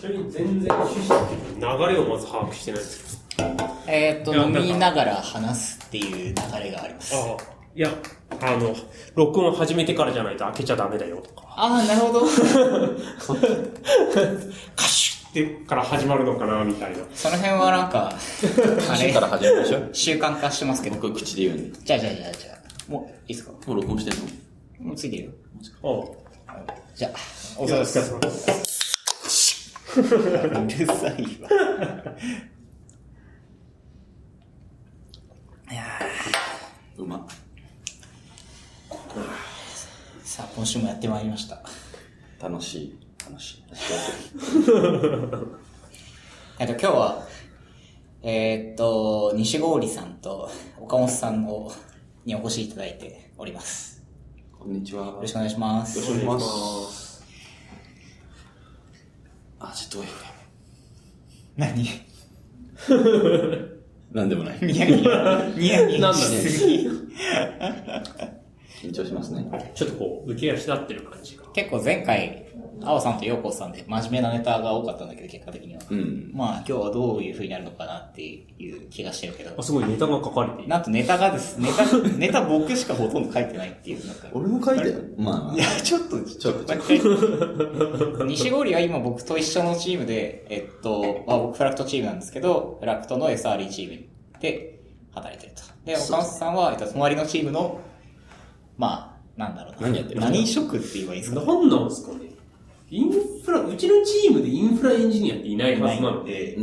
ちなみに全然趣旨流れをまず把握してないんですけど。 飲みながら話すっていう流れがあります。 いや、録音始めてからじゃないと開けちゃダメだよとか。 なるほど。 カシュってから始まるのかなみたいな。 その辺はなんか、 カシュから始まるでしょ。 習慣化してますけど。 僕口で言うんで。 じゃあ。もう、いいですか？ もう録音してんの？ もうついてるよ。じゃあ、 お疲れ様です。 うるさいわ。いやうま。 さあ、今週もやってまいりました。 楽しい。 今日は、西郡さんと岡本さんにお越しいただいております。 こんにちは。よろしくお願いします。 よろしくお願いします。どういう何なんでもない。 ニヤニヤしすぎ。 緊張しますね。 ちょっとこう、浮き足立ってる感じが。 結構前回、青さんと陽子さんで真面目なネタが多かったんだけど、結果的には。まあ今日はどういう風になるのかなっていう気がしてるけど。 すごいネタが書かれている。 なんとネタ僕しかほとんど書いてないっていう。 俺も書いてる。まあ。 いや、ちょっと。西郡は今僕と一緒のチームで、僕フラクトチームなんですけど、フラクトの SRE チームで働いてると。で、岡本さんは、隣のチームの、まあ、なんだろうな。 何やってる？ 何職って言えばいいんですか？ 何なんですかね。うちのチームでインフラエンジニアっていないはずなので、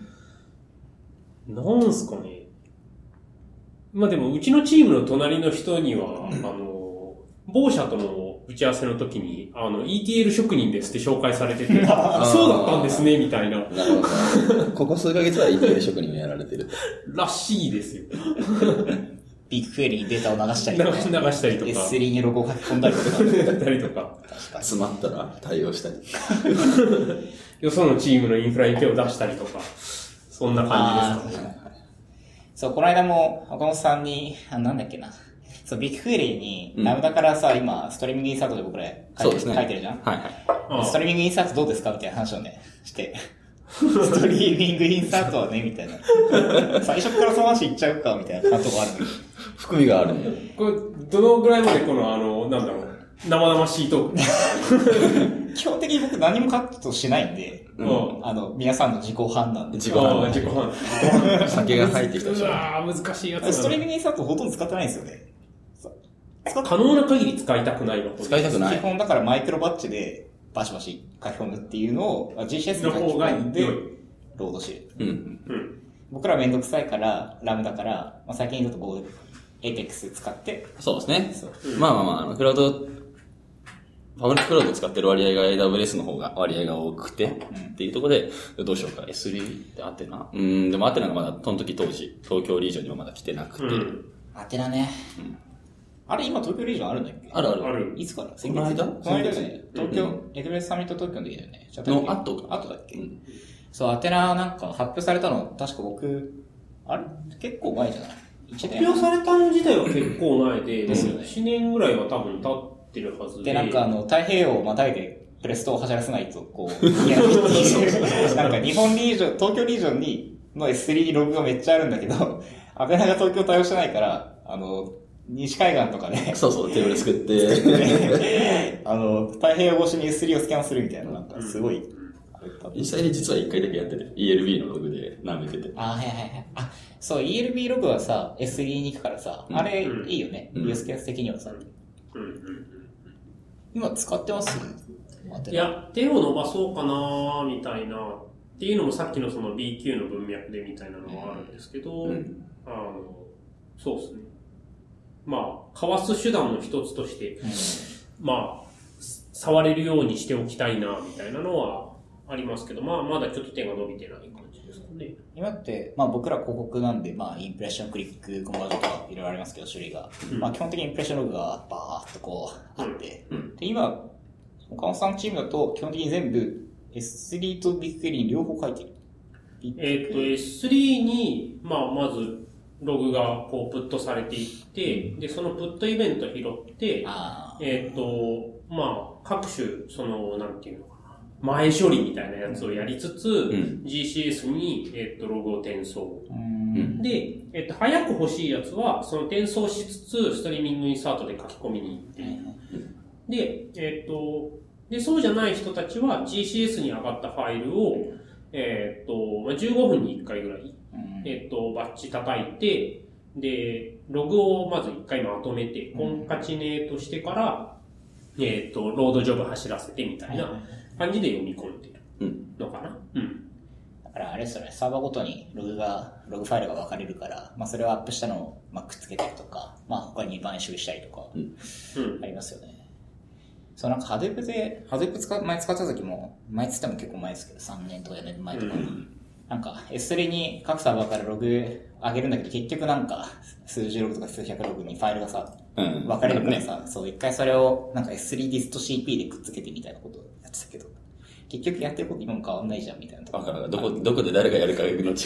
なんすかね。まあでも、うちのチームの隣の人には、某社との打ち合わせの時に、ETL 職人ですって紹介されてて、そうだったんですね、みたいな。 なるほど。ここ数ヶ月は ETL 職人をやられてる。 らしいですよ。 ビッグクエリにデータを流したりとか。 流したりとか。 S3 にロゴを書き込んだりとか。 詰まったら対応したり。 よそのチームのインフラに手を出したりとか。そんな感じですかね。 そう、この間も岡本さんに、なんだっけな。そう、ビッグクエリに、ラムダからさ、今、ストリーミングインサートで僕ら書いてるじゃん？ はいはい。 ストリーミングインサートどうですかみたいな話をね、して。ストリーミングインサートはね、みたいな。最初からその話言っちゃうか、みたいな感じがあるのに。 含みがあるんだよ。 これ、どのぐらいまでこの、なんだろう、生々しいトーク基本的に僕何もカットしないんで、皆さんの自己判断で。 自己判断。酒が入ってきたし。 うわー、難しいやつだな。 ストリーミングインサートほとんど使ってないんですよね。 可能な限り使いたくないわ。 使いたくない。 基本だからマイクロバッチでバシバシ書き込むっていうのを GCS に書き込んでロードしてる。僕らめんどくさいから、ラムだから、最近だとこう、Apex 使って。 そうですね。まあ、クラウド、パブリッククラウド使ってる割合が AWS の方が割合が多くて、っていうところで、どうしようか、S3 ってアテナ？でもアテナがまだ、その時当時、東京リージョンにはまだ来てなくて。 アテナね。あれ今東京リージョンあるんだっけ？ ある。 いつから？ この間ね。東京、AWS サミット東京の時だよね。 の後だっけ？そう、アテナなんか発表されたの、確か僕、あれ結構前じゃない？ 発表されたの自体は結構前で、1年ぐらいは多分経ってるはずで。 で、なんか太平洋をまたいでプレストを走らせないと、こう、いや、っていう。なんか日本リージョン、東京リージョンの S3 にログがめっちゃあるんだけど、アテナが東京対応してないから、西海岸とかね。 そう、テーブル作って。 太平洋越しに S3 をスキャンするみたいな、なんかすごい。 実際に実は1回だけやってて、ELB のログで舐めてて。 そう、ELB ログはさ、S3 に行くからさ、あれいいよね。ユースケース的にはさ。今使ってます？ いや、手を伸ばそうかなみたいな。っていうのもさっきのその BQ の文脈でみたいなのもあるんですけど、そうですね。まあ、かわす手段の一つとして、まあ、触れるようにしておきたいな、みたいなのはありますけど、まあ、まだちょっと手が伸びてない感じですかね。 今って、まあ僕ら広告なんで、まあインプレッション、クリック、コンバージョンとかいろいろありますけど、種類が。まあ基本的にインプレッションログがバーっとこうあって、で、今、岡本さんチームだと基本的に全部 S3 とビッグクエリに両方書いてる。 S3 に、まあまず、ログがこうプットされていって、で、そのプットイベント拾って、まあ、各種、なんていうのか前処理みたいなやつをやりつつ、GCS に、ログを転送。で、早く欲しいやつは、その転送しつつ、ストリーミングインサートで書き込みに行って、で、で、そうじゃない人たちは GCS に上がったファイルを、15分に1回ぐらい、バッチ叩いて、で、ログをまず1回まとめて、コンカチネートしてから、ロードジョブ走らせてみたいな感じで読み込んでるのかな。 だからあれですよね、サーバーごとにログファイルが分かれるから、まあそれをアップしたのを、まあ、くっつけたりとか、まあ他に買収したりとか、ありますよね。そうなんかハドゥープ前使った時も、前つっても結構前ですけど、3年とか4年前とか、なんか S3 に各サーバーからログ上げるんだけど、結局なんか数十ログとか数百ログにファイルがさ、分かれるからさ、そう一回それをなんか S3 ディスト CP でくっつけてみたいなことをやってたけど、結局やってること今も変わんないじゃんみたいなとこ。 だからどこで誰がやるかの違いが。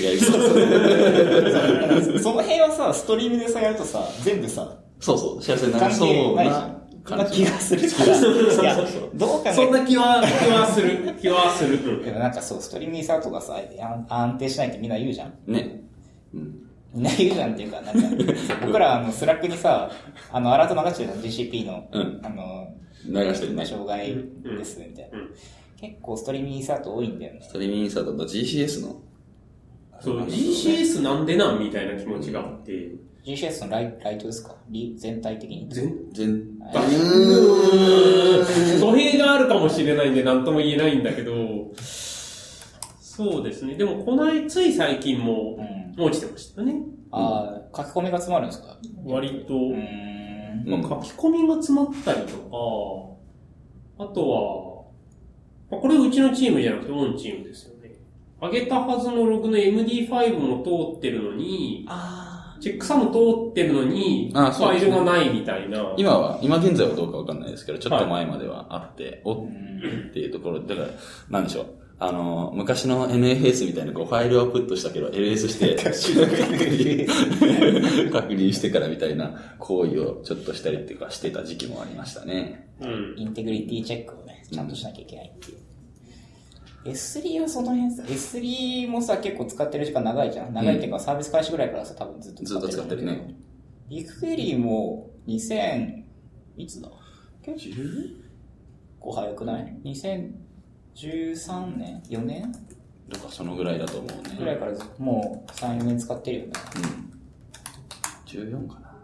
その辺はさ、ストリームでさやるとさ、全部さ、 そう、幸せになりそうな気がするから。いや、どうかね。 そんな気はする。 でもなんかそう、ストリームインサートがさ、安定しないってみんな言うじゃん。 ね。 みんな言うじゃんっていうか、なんか、僕らスラックにさ、アラート流してるの GCP の、 流してるね。 障害ですみたいな。結構ストリームインサート多いんだよね。 ストリームインサートと GCS の。 そう、GCS なんでなんみたいな気持ちがあって。 GCS のライトですか？全体的に。 全語弊があるかもしれないんで何とも言えないんだけど、そうですね。でもつい最近も落ちてましたね。 書き込みが詰まるんですか？ 割と、書き込みが詰まったりとか、あとは、これうちのチームじゃなくてオンチームですよね。上げたはずのログの MD5 も通ってるのに、チェックサム通ってるのに、ファイルがないみたいな。 今現在はどうかわかんないですけど、ちょっと前まではあって、っていうところ、だから、なんでしょう。昔の NFS みたいなファイルをプットしたけど、LS して確認してからみたいな行為をちょっとしたりっていうかしてた時期もありましたね。 インテグリティチェックをね、ちゃんとしなきゃいけないっていう。S3 はその辺さ、S3 もさ、結構使ってる時間長いじゃん。長いっていうか、サービス開始ぐらいからさ、多分ずっと使ってるね。 ビッグクエリーも2000、いつだ？結構早くない？ 2013年 ?4 年とかそのぐらいだと思うね。 ぐらいからもう3、4年使ってるよね。 14かな。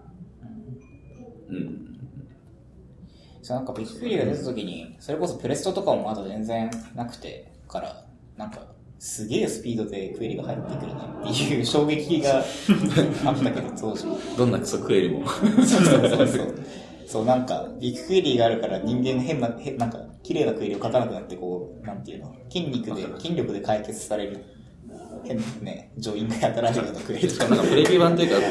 そうなんかビッグクエリーが出た時に、それこそプレストとかもまだ全然なくてから、なんか、すげえスピードでクエリが入ってくるなっていう衝撃があったけど、当時。 どんなクソクエリも。 そう、なんか、ビッグクエリーがあるから人間なんか、綺麗なクエリを書かなくなって、こう、なんていうの、筋力で解決される、変ね、上院がやたらあるようなクエリとか。 なんかプレビュー版というか、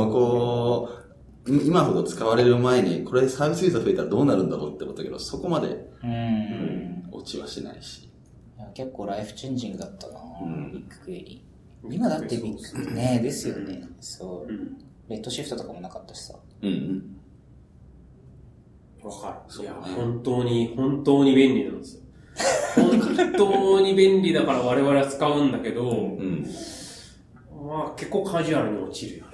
今ほど使われる前に、これサービスユーザー増えたらどうなるんだろうって思ったけど、そこまで、落ちはしないし。 いや結構ライフチェンジングだったな、ビッグクエリー。今だってね、ですよね。そう。レッドシフトとかもなかったしさ。 わかる。いや、本当に便利なんですよ。本当に便利だから我々は使うんだけど、まあ結構カジュアルに落ちるよね。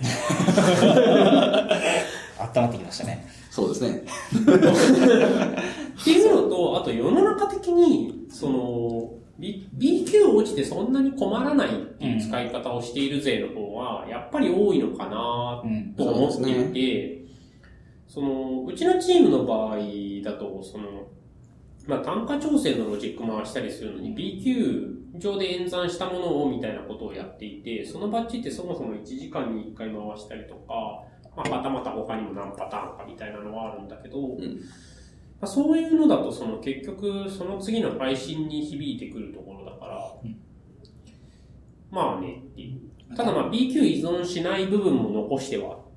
温まってきましたね。 そうですね。 っていうのと、あと世の中的に、BQ 落ちてそんなに困らないっていう使い方をしている勢の方は、やっぱり多いのかなと思っていて、うちのチームの場合だと、単価調整のロジック回したりするのに BQ 上で演算したものをみたいなことをやっていて、そのバッチってそもそも1時間に1回回したりとか、またまた他にも何パターンかみたいなのはあるんだけど、そういうのだと結局その次の配信に響いてくるところだから、まあねっていう。ただBQ 依存しない部分も残してはあって、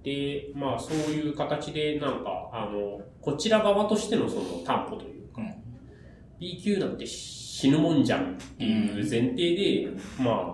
そういう形でこちら側としての担保というか、BQ なんて死ぬもんじゃんっていう前提で、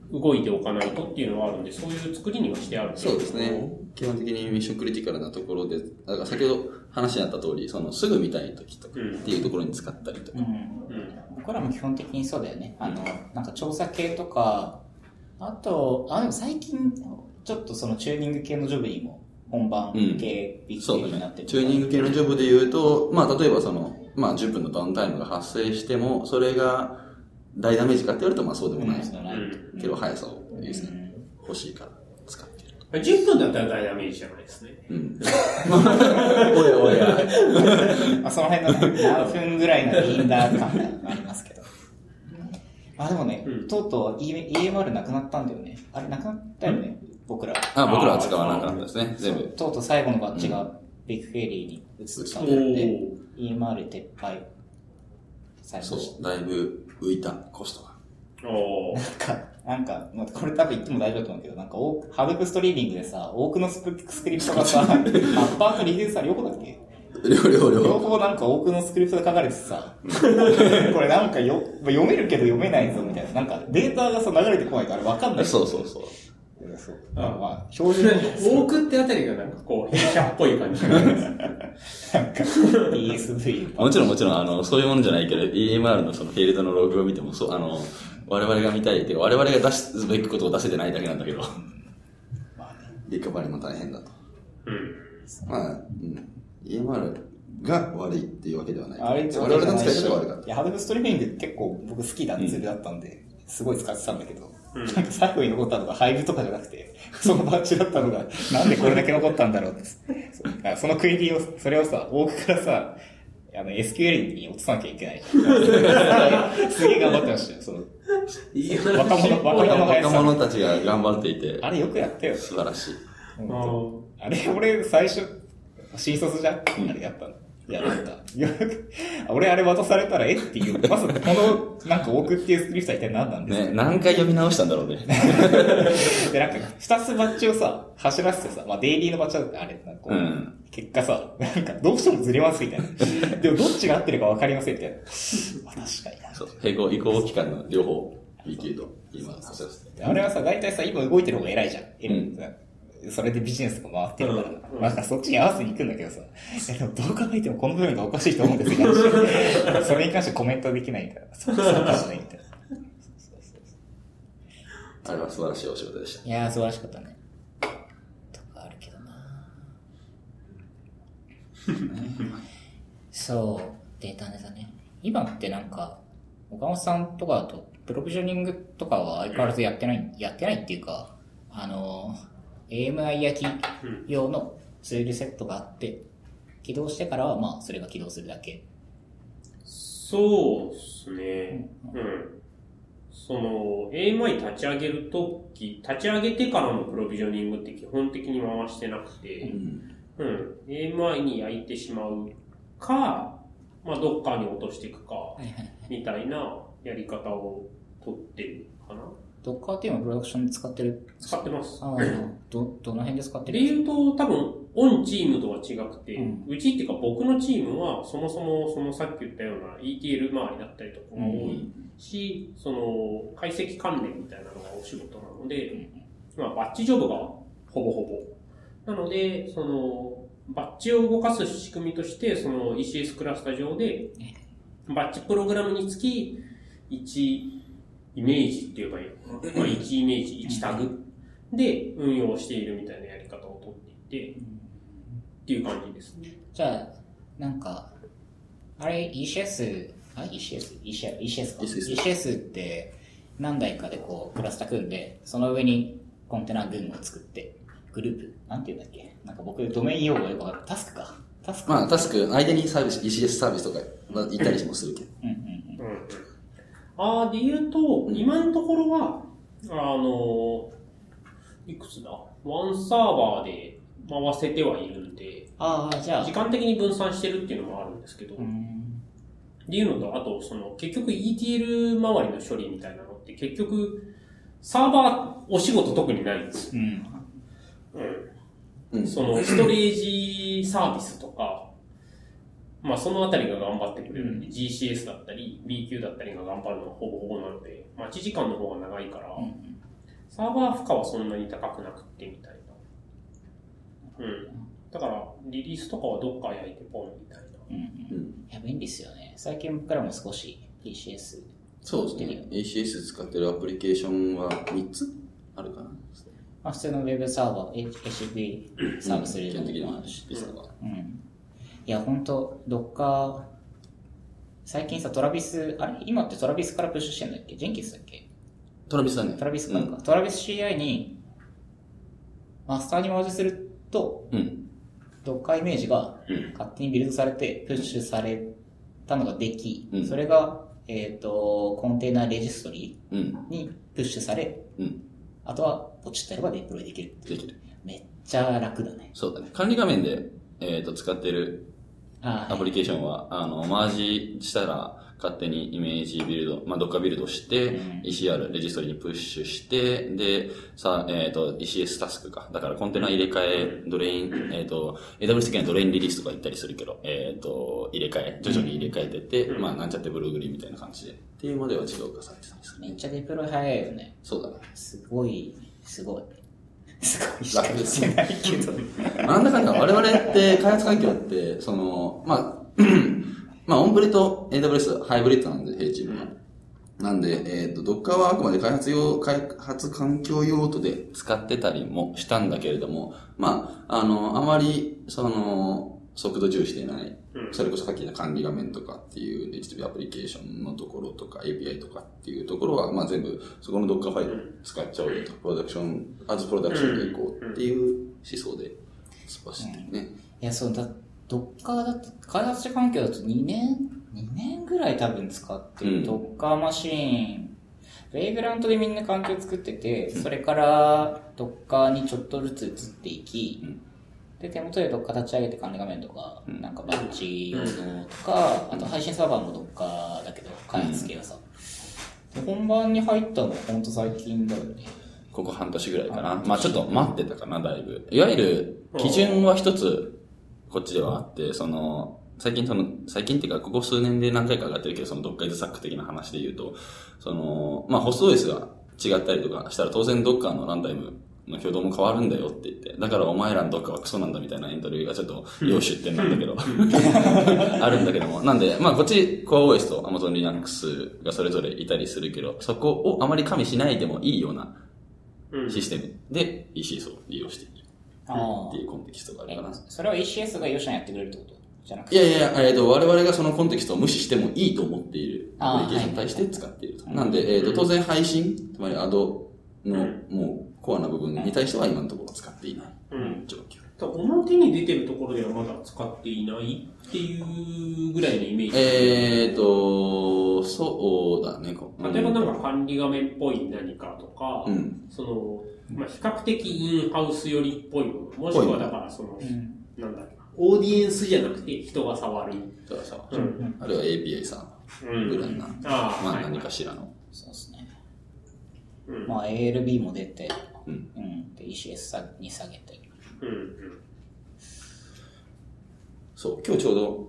動いておかないとっていうのはあるんで、そういう作りにはしてあるんそうですね。基本的にミッションクリティカルなところで、だから先ほど話にあった通り、すぐ見たい時とかっていうところに使ったりとか。 僕らも基本的にそうだよね。なんか調査系とか、あと、でも最近、ちょっとそのチューニング系のジョブにも本番系、ビッグ系になってる、 チューニング系のジョブで言うと、例えば10分のダウンタイムが発生しても、それが大ダメージかって言われると、そうでもない。けど速さを優先欲しいから使っている。 10分だったら大ダメージじゃないですね。 おやおや。 その辺のね、何分ぐらいのリーダー感がありますけど。でもね、とうとう EMR なくなったんだよね。あれなくなったよね、僕ら。 僕らは使わなくなったですね、全部。 とうとう最後のバッジがビッグフェリーに移ったので、EMR 撤廃されました。 そう、だいぶ浮いた、コストが。 なんか、これ多分言っても大丈夫だと思うけど、なんか、ハブブストリーミングでさ、多くのスクリプトがさ、アッパーとリデューサー両方だっけ？両方なんか多くのスクリプトが書かれてさ、これなんか読めるけど読めないぞみたいな、なんかデータがさ流れてこないから分かんない。 そう。 標準多くってあたりがなんかこう、弊社っぽい感じ。なんか、 DSV。 もちろん、そういうものじゃないけど、EMR のそのフィールドのログを見ても、そう、我々が見たいっていうか、我々が出すべきことを出せてないだけなんだけど、リカバリーも大変だと。EMR が悪いっていうわけではない。我々の使い方が悪かった。 いや、ハブブストリーミング結構僕好きなツールだったんで、すごい使ってたんだけど、なんか最後に残ったのがハイブとかじゃなくて、そのバッジだったのが、なんでこれだけ残ったんだろうって。そのクエリを、それをさ、多くからさ、SQL に落とさなきゃいけない。すげえ頑張ってましたよ。 若者たちが頑張っていて。 あれよくやったよ。 素晴らしい。 あれ、俺最初、新卒じゃん、あれやったの。いや、なんか、俺あれ渡されたらっていう、まずこの、なんか多くっていうスクリプトは一体何なんですかね、何回読み直したんだろうね。 で、なんか、二つバッジをさ、走らせてさ、デイリーのバッジだってあれ、なんか結果さ、なんか、どうしてもずれますみたいな。でも、どっちが合ってるか分かりませんみたいな。確かにな。 そう、移行期間の両方、BQ と、今、走らせて。 あれはさ、大体さ、今動いてる方が偉いじゃん。それでビジネスが回ってるから、なんかそっちに合わせに行くんだけどさ、でもどう考えてもこの部分がおかしいと思うんですよ。それに関してコメントできないから、そうかもないみたいな。 あれは素晴らしいお仕事でした。 いやー、素晴らしかったね。とかあるけどなそう、データネタね。今ってなんか、岡本さんとかだと、プロビジョニングとかは相変わらずやってないっていうか、AMI 焼き用のツールセットがあって、起動してからはそれが起動するだけ。 そうですね。AMI 立ち上げるとき、立ち上げてからのプロビジョニングって基本的に回してなくて、AMI に焼いてしまうか、どっかに落としていくか、みたいなやり方を取ってるかな。 ドッカーって今プロダクションで使ってる？ 使ってます。 どの辺で使ってる？ で言うと多分、オンチームとは違くて、うちっていうか僕のチームはそもそもさっき言ったような ETL 周りだったりとかが多いし、解析関連みたいなのがお仕事なので、バッチジョブがほぼほぼ。なので、バッチを動かす仕組みとして、ECS クラスター上で、バッチプログラムにつき1イメージって言えばいいのかな。1イメージ、1タグで運用しているみたいなやり方をとっていて、っていう感じですね。 じゃあ、なんか、あれ ECS か。ECS って何台かでクラスター組んで、その上にコンテナ群を作って、グループ、なんて言うんだっけ？なんか僕ドメイン用語よくわかる。タスクか。 タスク、間にサービス、ECS サービスとか言ったりもするけど。 で言うと、今のところは、いくつだ？ワンサーバーで回せてはいるんで、 じゃあ時間的に分散してるっていうのもあるんですけど、っていうのと、あと、結局 ETL 周りの処理みたいなのって、結局、サーバーお仕事特にないんですよ。ストレージサービスとか、そのあたりが頑張ってくれるんで、GCS だったり、BQ だったりが頑張るのはほぼほぼなので、待ち時間の方が長いから、 サーバー負荷はそんなに高くなくってみたいな。だから、リリースとかはどっか焼いてポンみたいな。 いや、便利ですよね。最近僕らも少し ECS。 そうですね。ECS 使ってるアプリケーションは3つあるかな。 普通の Web サーバー、HTTP サービスレー基本的には HTTP サーバー。 いや、ほんと、Docker、最近さ、トラビス、今ってトラビスからプッシュしてんだっけ？ジェンキンスだっけ？ トラビスだね。 トラビスからか。トラビス CI に、マスターにマージすると、Docker イメージが勝手にビルドされて、プッシュされたのができ、それが、コンテナレジストリーにプッシュされ、あとはポチッとやればデプロイできる。 できる。 めっちゃ楽だね。 そうだね。管理画面で、使ってるアプリケーションは、マージしたら勝手にイメージビルド、Docker ビルドして、ECR レジストリにプッシュして、で、ECS タスクか。だからコンテナ入れ替え、ドレイン、AWS 的にはドレインリリースとか言ったりするけど、入れ替え、徐々に入れ替えてって、なんちゃってブルーグリーンみたいな感じで。っていうまでは違うかされてたんですね。 めっちゃデプロイ早いよね。 そうだね。 すごいしかしてないけど。 なんだかんだ我々って開発環境って、オンプレと AWS ハイブリッドなんで、平チームは。なんで、Docker はあくまで開発環境用途で使ってたりもしたんだけれども、あまり、速度重視でない、それこそさっき言った管理画面とかっていう HTTP アプリケーションのところとか API とかっていうところは、全部そこの Docker ファイル使っちゃおうよと、プロダクションでいこうっていう思想で突っ走ってるね。 いや、そうだ、Docker だと、開発者環境だと2年ぐらい多分使ってる Docker マシーン、ウェイグラントでみんな環境作ってて、それから Docker にちょっとずつ移っていき、で、手元でDocker立ち上げて管理画面とか、なんかバッチ用のとか、あと配信サーバーもDockerだけど、開発系はさ。本番に入ったのはほんと最近だよね。 ここ半年ぐらいかな。ちょっと待ってたかな、だいぶ。いわゆる、基準は一つ、こっちではあって、最近っていうか、ここ数年で何回か上がってるけど、そのDocker is Stack的な話で言うと、ホスト OS が違ったりとかしたら、当然Dockerのランタイムの挙動も変わるんだよって言って、だからお前らのDockerはクソなんだみたいなエントリーがちょっと要出典なんだけど、あるんだけども。なんで、こっち Core OS と Amazon Linux がそれぞれいたりするけど、そこをあまり加味しないでもいいようなシステムで ECS を利用しているっていうコンテキストがあるかな。 それは ECS がヨシャンやってくれるってことじゃなくて？ いや、我々がそのコンテキストを無視してもいいと思っているアプリケーションに対して使っていると。なんで、当然配信、つまり ADO のもうコアな部分に対しては今のところ使っていない状況。 表に出てるところではまだ使っていないっていうぐらいのイメージ。 そうだね。 例えばなんか管理画面っぽい何かとか、比較的インハウス寄りっぽいもの。もしくはだからなんだろうな、オーディエンスじゃなくて人が触る。 あるいは API さんぐらいな。何かしらの。 そうですね。ALB も出て、で ECS に下げて。 そう、今日ちょうど、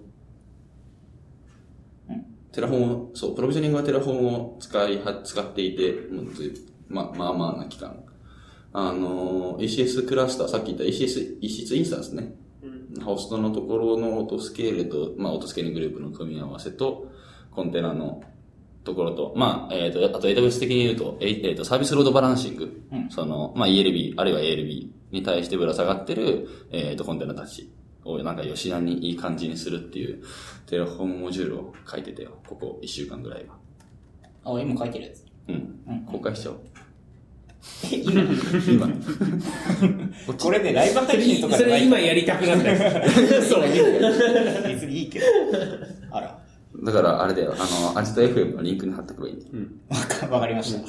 テラフォンを、プロビジョニングはテラフォンを使っていて、まあな期間。ECS クラスター、さっき言った ECS 異質インスタンスね。ホストのところのオートスケールと、オートスケーリンググループの組み合わせと、コンテナのところと、あと AWS 的に言うと、サービスロードバランシング。ELB、あるいは ALB に対してぶら下がってる、コンテナたちをなんか吉田にいい感じにするっていうテラフォームモジュールを書いてたよ。ここ1週間ぐらいは。 今書いてるやつ。 公開しちゃおう。 今これでライブ配信とかそれ今やりたくなったやつ。そう、 別にいいけど。あら。 だから、あれだよ、アジト FM のリンクに貼っとけばいいんだよ。 わかりました。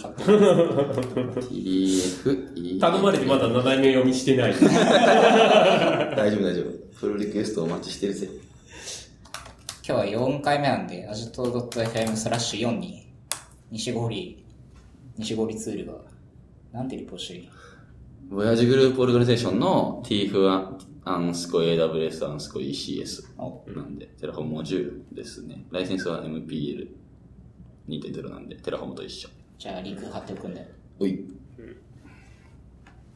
TF、 頼まれてまだ7代目読みしてない。 大丈夫。フルリクエストお待ちしてるぜ。 今日は4回目なんで、agito.fm/4 に、西郡ツールが、なんてリポしてる？ ボヤージグループオルガニゼーションの TF アンスコ AWS アンスコ ECS なんで、テラフォームモジュールですね。ライセンスは MPL2.0 なんで、テラフォームと一緒。 じゃあリンク貼っておくんだよ。 おい。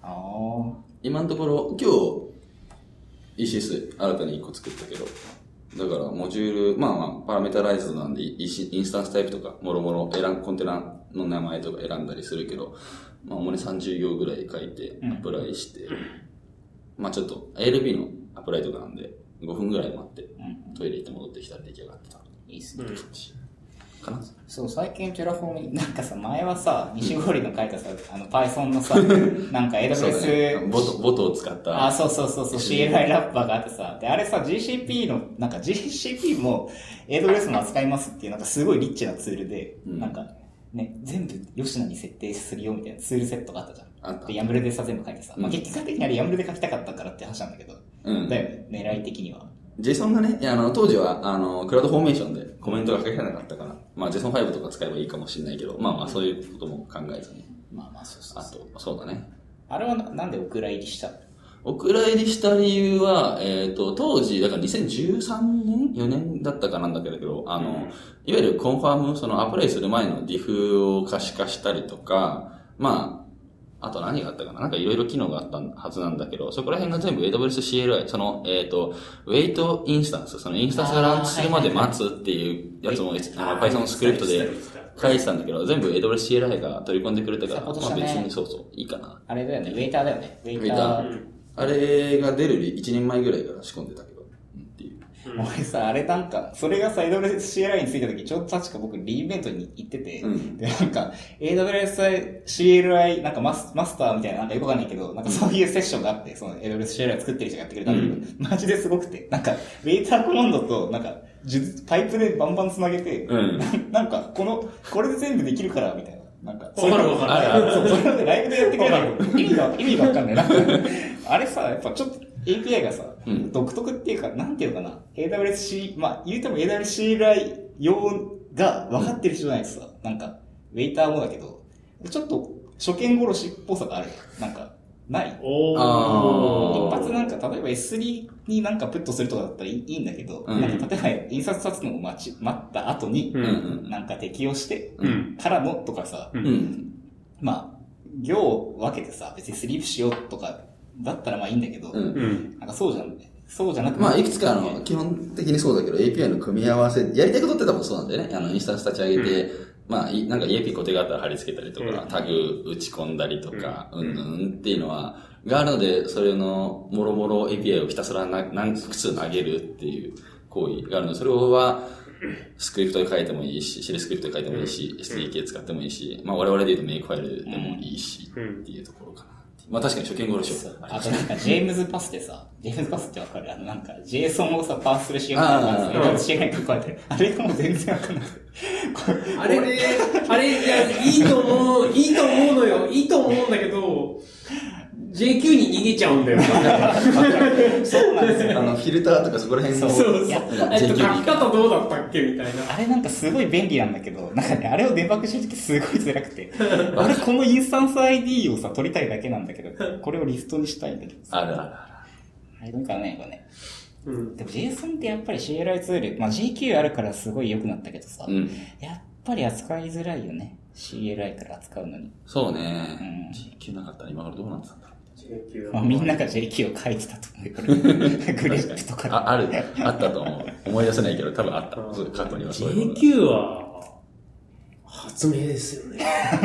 今のところ、今日、ECS 新たに1個作ったけど、だからモジュール、パラメータライズなんで、インスタンスタイプとか、もろもろコンテナの名前とか選んだりするけど、主に30行ぐらい書いて、アプライして、ちょっと ALB のアプライとかなんで、5分ぐらい待って、トイレ行って戻ってきたら出来上がってた。 いいっすね。 かな。 そう、最近テラフォーム、なんかさ、前はさ、西堀の書いたさ、Python のさ、なんか AWS、 ボトを使った。 そう、CLI ラッパーがあってさ、で、あれさ、GCP の、なんか GCP も AWS も扱いますっていう、なんかすごいリッチなツールで、なんか、ね、全部吉野に設定するよみたいなツールセットがあったじゃん。で、ヤムルでさ、全部書いてさ、結果的にあれヤムルで書きたかったからって話なんだけど、だよね、狙い的には。 JSON がね、当時は、クラウドフォーメーションでコメントが書けなかったから、JSON5 とか使えばいいかもしれないけど、そういうことも考えずに。 そう。 あと、そうだね。 あれはなんでお蔵入りしたの？ お蔵入りした理由は、当時、だから2013年 ?4 年だったかなんだけど、いわゆるコンファーム、そのアプライする前の diff を可視化したりとか、あと何があったかな、なんかいろいろ機能があったはずなんだけど、そこら辺が全部 AWS CLI、その、wait インスタンス、そのインスタンスがランチするまで待つっていうやつも、Python のスクリプトで書いてたんだけど、全部 AWS CLI が取り込んでくれたから、別にそう、いいかな。 あれだよね、ウェイターだよね。 ウェイター。あれが出る1年前ぐらいから仕込んでたけど、っていう。 俺さ、あれなんか、それがさ、AWS CLI についた時、ちょうど確か僕リイベントに行ってて、で、なんか、AWS CLI、なんかマスターみたいな、なんかよくわかんないけど、なんかそういうセッションがあって、その AWS CLI を作ってる人がやってくれたんだけど、マジですごくて、なんか、ウェイターコマンドと、なんか、パイプでバンバン繋げて、なんか、これで全部できるから、みたいな。なんか、 わかる。 そう、それでライブでやってくれないと意味がわかんない。なんか、あれさ、やっぱちょっと API がさ、独特っていうか、なんていうのかな、AWS、言うても AWS CLI 用が分かってる人じゃないとさ、なんか、ウェイターもだけど、ちょっと初見殺しっぽさがある。なんか、ない。一発なんか、例えば S3 になんかプットするとかだったらいいんだけど、なんか例えば印刷立つのを待った後に、なんか適用して、からのとかさ、行を分けてさ、別にスリープしようとかだったらいいんだけど、なんかそうじゃなくて。 いくつか基本的にそうだけど、API の組み合わせ、やりたいことって多分そうなんだよね。インスタンス立ち上げて、なんか EAP 固定があったら貼り付けたりとか、タグ打ち込んだりとか、っていうのがあるので、それのもろもろ API をひたすら複数投げるっていう行為があるので、それはスクリプトで書いてもいいし、シェルスクリプトで書いてもいいし、SDK 使ってもいいし、我々で言うとメイクファイルでもいいし、っていうところかな。確かに初見殺しよ。 あとなんか、ジェームズパスでさ、ジェームズパスってわかる？なんか、JSON をさ、パースする仕様があるんですよ。あれがもう全然わかんない。 あれ、いや、いいと思うのよ。いいと思うんだけど、JQ に逃げちゃうんだよ。 そうなんですよ。 フィルターとかそこら辺の。 そう。書き方どうだったっけみたいな。 あれなんかすごい便利なんだけど、なんかね、あれをデバッグしてるときすごい辛くて。あれこのインスタンス ID をさ、取りたいだけなんだけど、これをリストにしたいんだけどさ。 ある。 あれどうかね、これね。でも JSON ってやっぱり CLI ツール、GQ あるからすごい良くなったけどさ、やっぱり扱いづらいよね。CLI から扱うのに。 そうね。GQ なかったら今頃どうなってたんだろう。 みんなが JQ を書いてたと思うよ。グリップとか。 あったと思う。思い出せないけど多分あった。過去にはそういうの。 JQ は、発明ですよね。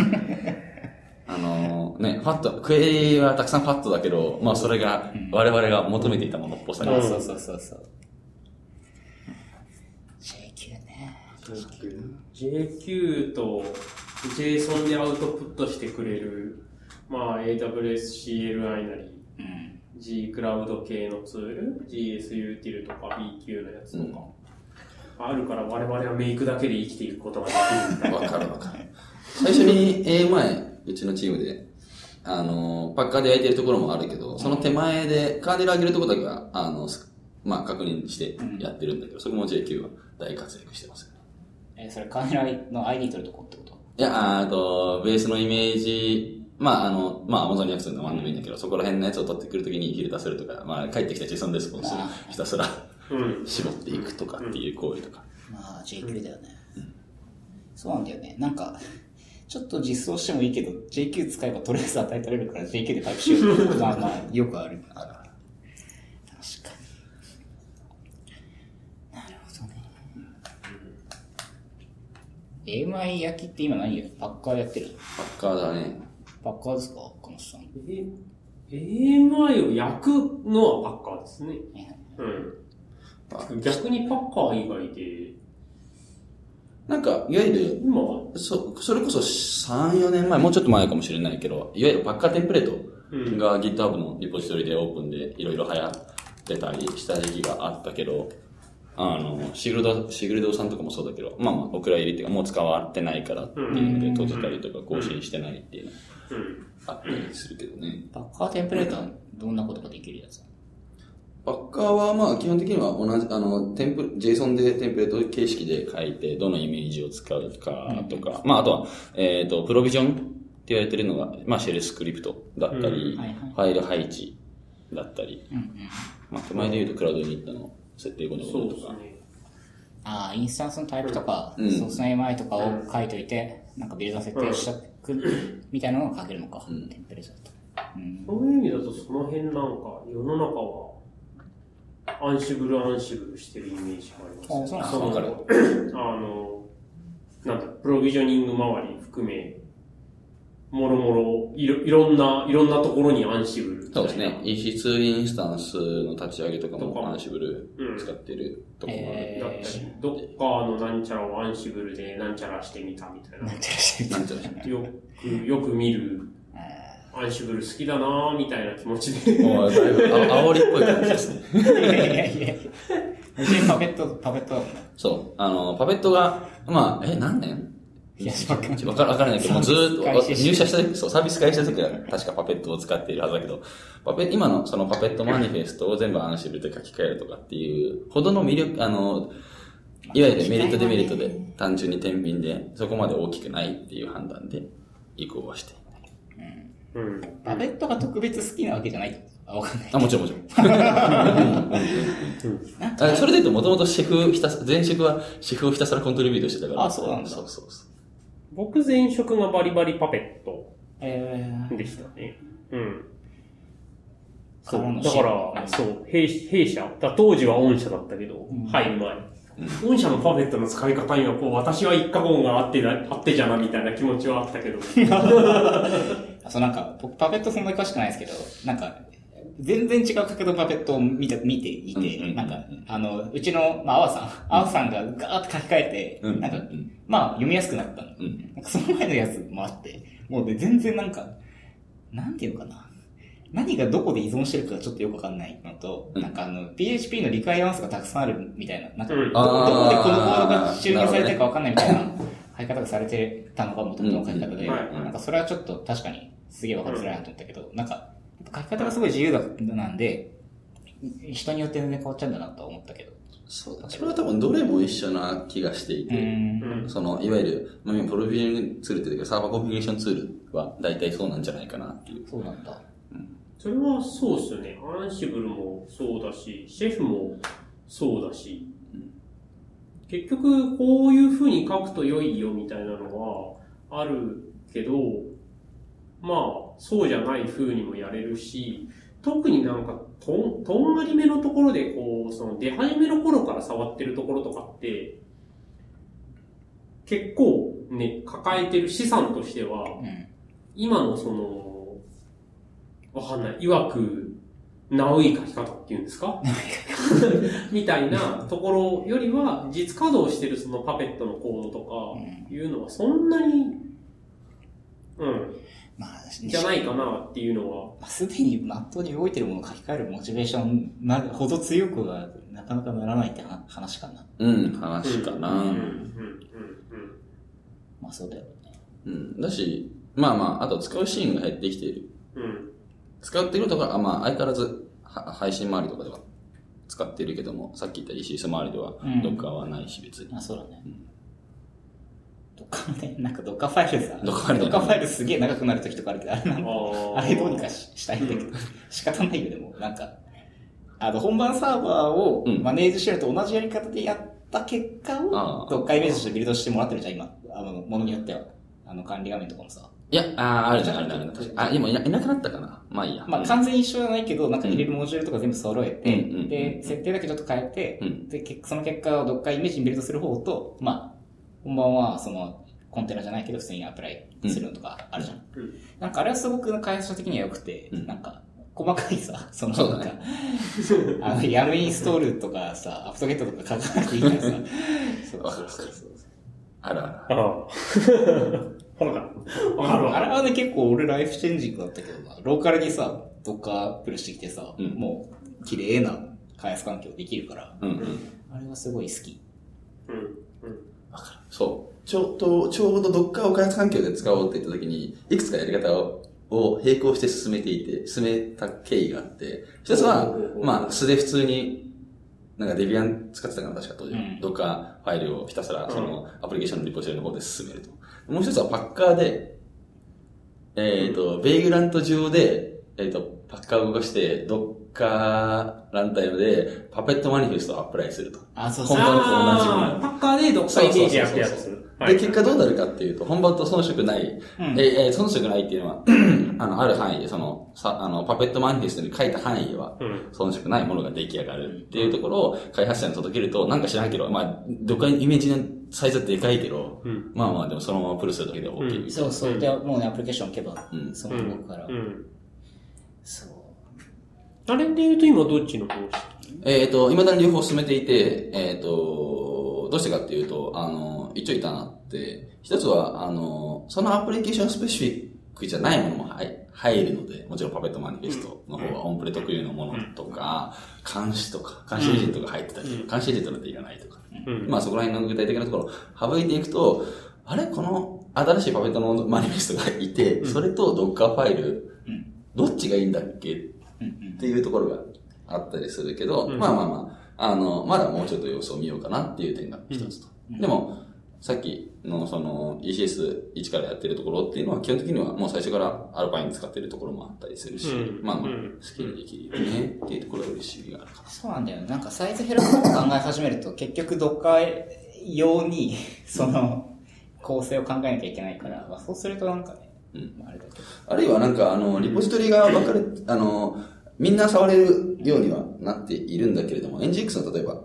ファット、クエリはたくさんファットだけど、それが我々が求めていたものっぽさが。 そう。JQ ね。 JQ と JSON でアウトプットしてくれる、AWS CLI なり、G クラウド系のツール、GS ユーティルとか BQ のやつとか、あるから我々はメイクだけで生きていくことができる。 わかる。最初にうちのチームで、パッカーで焼いてるところもあるけど、その手前でカーネル上げるところだけは、確認してやってるんだけど、それも JQ は大活躍してます。 それカーネルの ID 取るとこってこと？ いや、ベースのイメージ、Amazon に訳するのは何でもいいんだけど、そこら辺のやつを取ってくるときにフィルターするとか、帰ってきた JSON レスポンスをひたすら絞っていくとかっていう行為とか。 JQ だよね。そうなんだよね。なんか、 ちょっと実装してもいいけど、JQ 使えばとりあえず与えられるから JQ でパイプしようと。まあまあ、よくある。確かに。なるほどね。AMI 焼きって今何やる？パッカーやってる？ パッカーだね。 パッカーですか？岡本さん。 AMI を焼くのはパッカーですね。逆にパッカー以外で、 なんか、いわゆる、それこそ3、4年前、もうちょっと前かもしれないけど、いわゆるパッカーテンプレートが GitHub のリポジトリでオープンでいろいろ流行ってたりした時期があったけど、シグルドさんとかもそうだけど、まあまあ、お蔵入りっていうか、もう使われてないからっていうので閉じたりとか更新してないっていうのあったりするけどね。 パッカーテンプレートはどんなことができるやつ？ パッカーはまあ基本的には同じ、JSON でテンプレート形式で書いて、どのイメージを使うかとか、まああとは、プロビジョンって言われてるのが、まあシェルスクリプトだったり、ファイル配置だったり、まあ手前で言うとクラウドユニットの設定後のこととか。 ああ、インスタンスのタイプとか、ソースの AMI とかを書いといて、なんかビルド設定しとくみたいなのが書けるのか、テンプレートだと。 そういう意味だとその辺なんか世の中はアンシブルしてるイメージがあります。 あ、そうなんだ。 なんだ、プロビジョニング周り含め、もろもろ、いろんなところにアンシブル。 そうですね。EC2 インスタンスの立ち上げとかもアンシブル使ってるところもある。 だったり、どっかのなんちゃらをアンシブルでなんちゃらしてみたみたいな。よく見る。アンシブル好きだなぁみたいな気持ちで。 もうだいぶ煽りっぽい感じですね。 いや。パペットだもんね。 そう。パペットが、まあ、何年？ いや、 わからないけど、もうずーっと入社した時、そう、サービス開始した時は確かパペットを使っているはずだけど、今のそのパペットマニフェストを全部アンシブルで書き換えるとかっていうほどの魅力、いわゆるメリットデメリットで単純に天秤でそこまで大きくないっていう判断で移行はしていない。 パペットが特別好きなわけじゃないってこと？わかんない。 もちろん。それで言うと、もともと前職はシェフをひたすらコントリビュートしてたから。 あ、そうなんだ。 そう。 僕前職がバリバリパペットでしたね。そう。だから、そう、弊社。当時は御社だったけど、入る前。御社のパペットの使い方には、私は一過言があってじゃな、みたいな気持ちはあったけど。 そう、なんか、僕パペットそんなに詳しくないですけど、なんか、全然違う角度のパペットを見ていて、なんか、うちの、まあ、アワさんがガーッと書き換えて、なんか、まあ、読みやすくなったの。なんかその前のやつもあって、もうで全然なんか、なんていうのかな。何がどこで依存してるかちょっとよくわかんないのと、なんかPHP のリクエアランスがたくさんあるみたいな、なんか、どこでこのコードが収入されてるかわかんないみたいな書き方がされてたのが元々の書き方で、なんかそれはちょっと確かにすげえわかりづらいなと思ったけど、なんか、書き方がすごい自由なんで、人によって全然変わっちゃうんだなとは思ったけど。 そうだ。それは多分どれも一緒な気がしていて、いわゆる、プロビジョニングツールっていうか、サーバーコンフィギュレーションツールは大体そうなんじゃないかなっていう。 そうなんだ。 それはそうっすよね。アンシブルもそうだし、シェフもそうだし、結局こういう風に書くと良いよみたいなのはあるけど、まあそうじゃない風にもやれるし、特になんかとんがりめのところでその出始めの頃から触ってるところとかって、結構ね、抱えてる資産としては、今のわかんない。いわく、ナウイ書き方っていうんですかみたいなところよりは、実稼働してるそのパペットのコードとか、いうのはそんなに、 まあ、 じゃないかなっていうのは。 すでにまっとうに動いてるものを書き換えるモチベーションほど強くはなかなかならないって話かな。 話かな。 まあそうだよね。 だし、あと使うシーンが減ってきている。使っているとか、相変わらず配信周りとかでは使っているけども、さっき言った ECS 周りではドッカーはないし別に。 そうだね。ドッカーね、なんかドッカーファイルさ、 ドッカーファイルすげえ長くなる時とかあるけど、あれどうにかしたいんだけど、仕方ないよでも、なんか、本番サーバーをマネージしてると同じやり方でやった結果を、ドッカーイメージとしてビルドしてもらってるじゃん、今、ものによっては。 管理画面とかもさ。 いや、あるじゃん、ある。今いなくなったかな。まあいいや。 まあ完全に一緒じゃないけど、なんか入れるモジュールとか全部揃えて、で、設定だけちょっと変えて、で、その結果をどっかイメージにビルドする方と、まあ、本番はその、コンテナじゃないけど普通にアプライするのとかあるじゃん。なんかあれはすごく開発者的には良くて、なんか、細かいさ、そのなんか、ヤムインストールとかさ、アプトゲットとか書かなくていいからさ。そう。 ある。 ほら。 あれはね、結構俺ライフチェンジングだったけどな。ローカルにさ、ドッカープルしてきてさ、もう、綺麗な開発環境できるから、あれはすごい好き。 わかる。そう。ちょうどドッカーを開発環境で使おうって言った時に、いくつかやり方を並行して進めた経緯があって、一つは、まあ、素で普通に、なんかデビアン使ってたかな、確か当時。ドッカーファイルをひたすら、その、アプリケーションのリポジトリの方で進めると。もう一つはパッカーで、ベイグラント上で、パッカーを動かして、ドッカーランタイムで、パペットマニフェストをアプライすると。 そう。 本番と同じもの。パッカーでドッカーイメージやってやつ。 で、結果どうなるかっていうと、本番と遜色ない、遜色ないっていうのは、ある範囲で、パペットマニフェストに書いた範囲では、遜色ないものが出来上がるっていうところを開発者に届けると、なんか知らんけど、まあ、どっかにイメージのサイズはでかいけど、まあまあ、でもそのままプルするだけで OK みたいな。 そう。で、もうね、アプリケーション置けば、その動くから。そう。 あれで言うと今どっちの方未だに両方進めていて、どうしてかっていうと、一応いたなって、一つは、そのアプリケーションスペシフィックじゃないものも入るので、もちろんパペットマニフェストの方はオンプレ特有のものとか、監視エージェントが入ってたり、監視エージェントなんていらないとか、まあそこら辺の具体的なところを省いていくと、あれこの新しいパペットのマニフェストがいて、それとドッカーファイル、どっちがいいんだっけっていうところがあったりするけど、まだもうちょっと様子を見ようかなっていう点が一つと。でも、さっきのその ECS1 からやってるところっていうのは基本的にはもう最初からアルパイン使ってるところもあったりするし、まあ好きにできるよねっていうところが嬉しいがあるかな。 そうなんだよね。なんかサイズ減らすこと考え始めると結局どっか用にその構成を考えなきゃいけないから、そうするとなんかね、あれだけど。 あるいはなんかリポジトリが分かれ、みんな触れるようにはなっているんだけれども、NGX の例えば、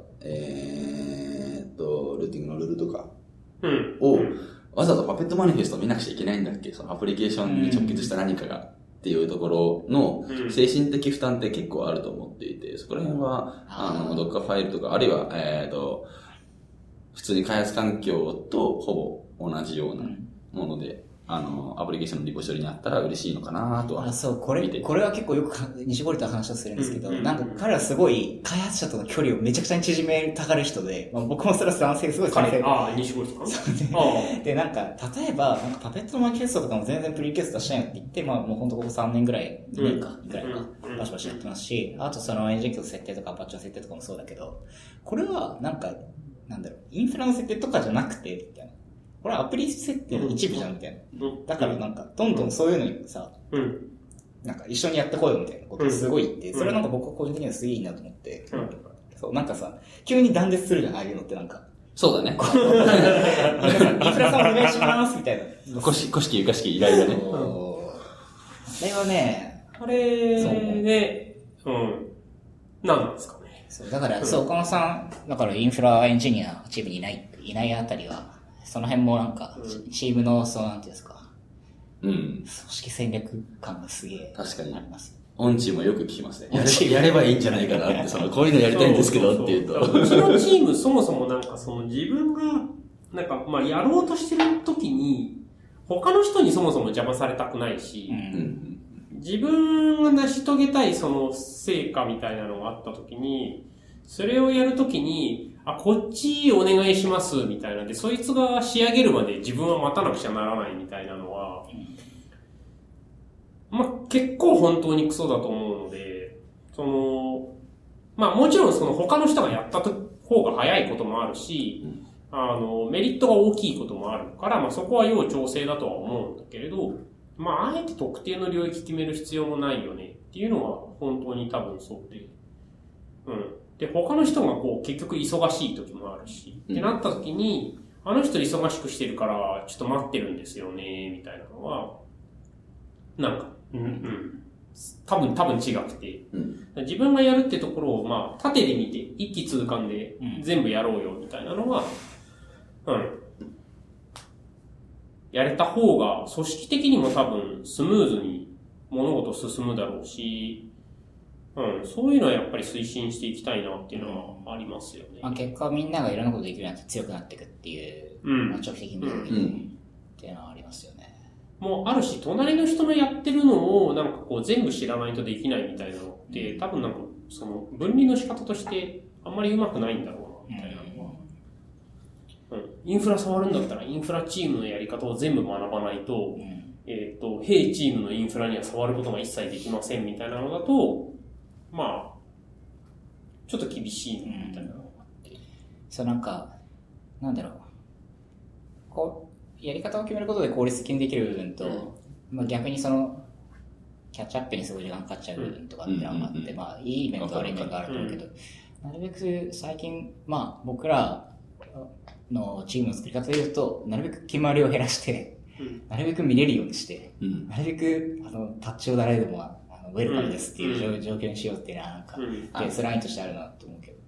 ルーティングのルールとかを、わざわざパペットマニフェストを見なくちゃいけないんだっけ、そのアプリケーションに直結した何かがっていうところの精神的負担って結構あると思っていて、そこら辺は、ドッカーファイルとか、あるいは、普通に開発環境とほぼ同じようなもので、アプリケーションのリポジトリにあったら嬉しいのかなとは。 そう、これは結構よく西堀と話をするんですけど、なんか彼はすごい開発者との距離をめちゃくちゃに縮めたがる人で、僕もそれは賛成、すごい賛成。 西堀さんで、なんか、例えば、なんかパペットのマニフェストとかも全然プリケース出しないよって言って、もうほんとここ3年ぐらい、2年か、ぐらいか、バシバシやってますし、あとそのエンジンの設定とかアパッチの設定とかもそうだけど、これはなんか、インフラの設定とかじゃなくて、みたいな。これはアプリ設定の一部じゃんみたいな。だからなんか、どんどんそういうのにさ、なんか一緒にやってこいよみたいなことすごい言って、それなんか僕は個人的にはすげえいいなと思って、そう、なんかさ、急に断絶するじゃん、ああいうのってなんか。 そうだね。 インフラさんお願いしますみたいな。 古式、ゆかしき依頼だね。 あれはね、 あれね、なんですかね。 そう、だから、そう、岡野さん、だからインフラエンジニアチームにいないあたりは、その辺もなんか、チームの、そうなんていうんですか、組織戦略感がすげえ確かにあります。 オンチもよく聞きますね。やればいいんじゃないかなって、こういうのやりたいんですけどっていうと。 うちのチームそもそもなんか自分が、なんかまあやろうとしてる時に、他の人にそもそも邪魔されたくないし、自分が成し遂げたいその成果みたいなのがあった時に、それをやる時に、こっちお願いしますみたいなで、そいつが仕上げるまで自分は待たなくちゃならないみたいなのは、まあ、結構本当にクソだと思うので、まあもちろん他の人がやった方が早いこともあるし、メリットが大きいこともあるから、まあそこは要調整だとは思うんだけれど、まああえて特定の領域決める必要もないよねっていうのは本当に多分そうで、で、他の人が結局忙しい時もあるし、ってなった時に、 あの人忙しくしてるから、ちょっと待ってるんですよね、みたいなのは、なんか、多分違くて、自分がやるってところを、まあ、縦で見て、一気通貫で全部やろうよ、みたいなのは、やれた方が、組織的にも多分、スムーズに物事進むだろうし、そういうのはやっぱり推進していきたいなっていうのはありますよね。 まあ、結果みんながいろんなことできるようになって強くなっていくっていう、まあ、長期的に見た時に、っていうのはありますよね。 もうあるし、隣の人のやってるのをなんかこう全部知らないとできないみたいなのって、多分なんかその分離の仕方としてあんまりうまくないんだろうな、みたいなのは。インフラ触るんだったらインフラチームのやり方を全部学ばないと、弊チームのインフラには触ることが一切できませんみたいなのだと、まあ、ちょっと厳しいみたいなのがあって。 そうなんか、なんだろう。こう、やり方を決めることで効率的にできる部分と、まあ逆にその、キャッチアップにすごい時間かかっちゃう部分とかってのがあって、まあいい面と悪い面があると思うけど、なるべく最近、まあ僕らのチームの作り方で言うと、なるべく決まりを減らして、なるべく見れるようにして、なるべくタッチを誰でもウェルカムですっていう状況にしようっていうのはなんか、ベースラインとしてあるなと思うけど。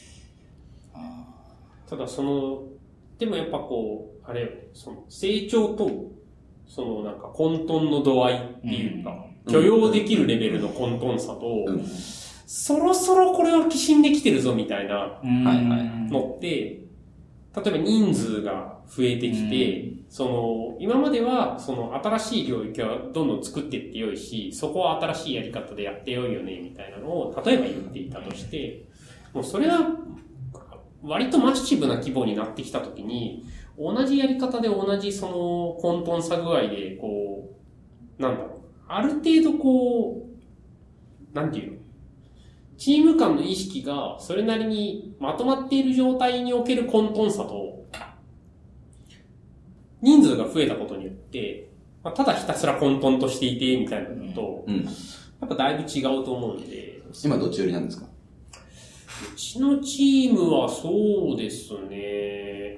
ただでもやっぱこう、あれよね、その成長と、そのなんか混沌の度合いっていうか、許容できるレベルの混沌さと、そろそろこれはきしんできてるぞみたいなのって、例えば人数が増えてきて、今までは、新しい領域はどんどん作っていってよいし、そこは新しいやり方でやってよいよね、みたいなのを、例えば言っていたとして、もうそれは、割とマッシブな規模になってきたときに、同じやり方で同じ混沌さ具合で、こう、なんだろう、ある程度こう、なんていうの、チーム間の意識がそれなりにまとまっている状態における混沌さと、人数が増えたことによって、ただひたすら混沌としていて、みたいなのと、やっぱだいぶ違うと思うんで。 今どっち寄りなんですか？ うちのチームはそうですね、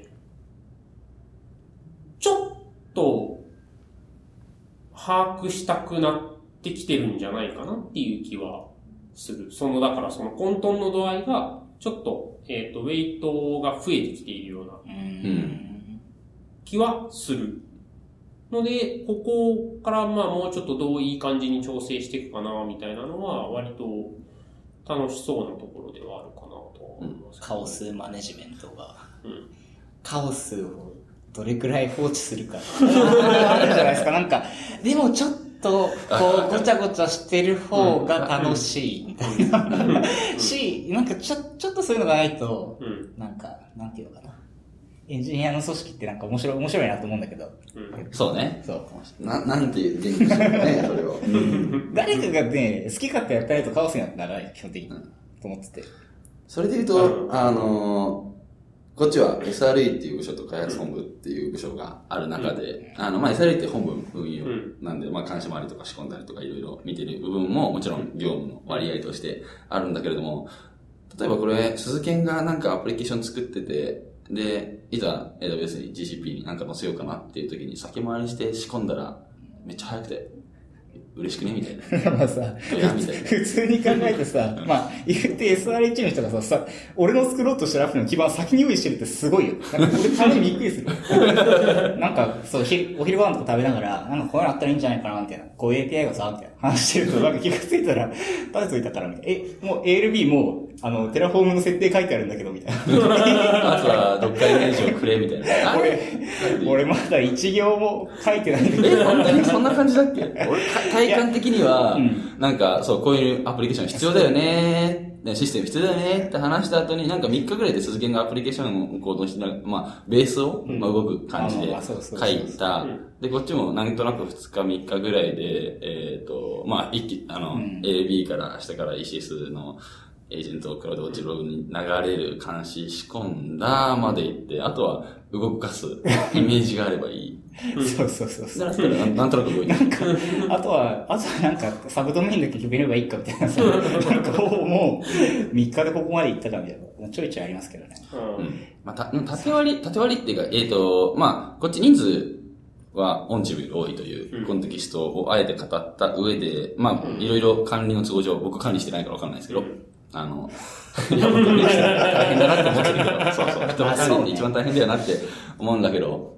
ちょっと把握したくなってきてるんじゃないかなっていう気はする。だから混沌の度合いが、ちょっと、ウェイトが増えてきているような気はする。ので、ここからまあもうちょっとどういい感じに調整していくかな、みたいなのは、割と楽しそうなところではあるかなと思います、 カオスマネジメントが。カオスをどれくらい放置するか。あるじゃないですか。なんか、でもちょっと、こう、ごちゃごちゃしてる方が楽しい、みたいな。なんかちょっとそういうのがないと、なんか、なんていうのかな。エンジニアの組織ってなんか面白いなと思うんだけど。 そうね。 そう。 なんていう元気でしょうね、それを。 誰かがね、好き勝手やったりとカオスにならない、基本的に。と思ってて。 それで言うと、こっちは SRE っていう部署と開発本部っていう部署がある中で、まあ SRE って本部運用なんで、まあ監視回りとか仕込んだりとかいろいろ見てる部分ももちろん業務の割合としてあるんだけれども、例えばこれ、鈴研がなんかアプリケーション作ってて、で、いざ AWS に GCP になんか載せようかなっていう時に先回りして仕込んだらめっちゃ早くて嬉しくねみたいな。 まあさ、普通に考えてさ、まあ、言って SRH の人がさ、俺の作ろうとしたアプリの基盤先に用意してるってすごいよ。なんか俺たまにびっくりする。なんか、そう、お昼ご飯とか食べながら、なんかこういうのあったらいいんじゃないかな、みたいな。こういう API がさ、みたいな話してると、なんか気がついたら、立てといたから、みたいな。もう ALB もう、テラフォームの設定書いてあるんだけど、みたいな。 あとは、どっかイメージをくれ、みたいな。 俺まだ一行も書いてないんだけど。 本当にそんな感じだっけ？俺、体感的には、なんか、そう、こういうアプリケーション必要だよね、システム必要だよねって話した後に、なんか3日ぐらいで鈴研がアプリケーションを行動して、まあ、ベースを、まあ、動く感じで書いた。で、こっちもなんとなく2日3日ぐらいで、まあ、ALB から下から ECS のエージェントをクラウドウォッチログに流れる監視仕込んだまで行って、あとは動かすイメージがあればいい。 そう。 だったらなんとなく動いてなんか、あとはなんかサブドメインだけ決めればいいかみたいなさ、なんかもう3日でここまで行ったかみたいな。 ちょいちょいありますけどね。 まあ、縦割りっていうか、まあ、こっち人数はオンチームより多いというコンテキストをあえて語った上で、まあ、いろいろ管理の都合上、僕管理してないからわかんないですけど、いや、本当に大変だなって思ってるけど、そうそう、人の管理って一番大変だよなって思うんだけど、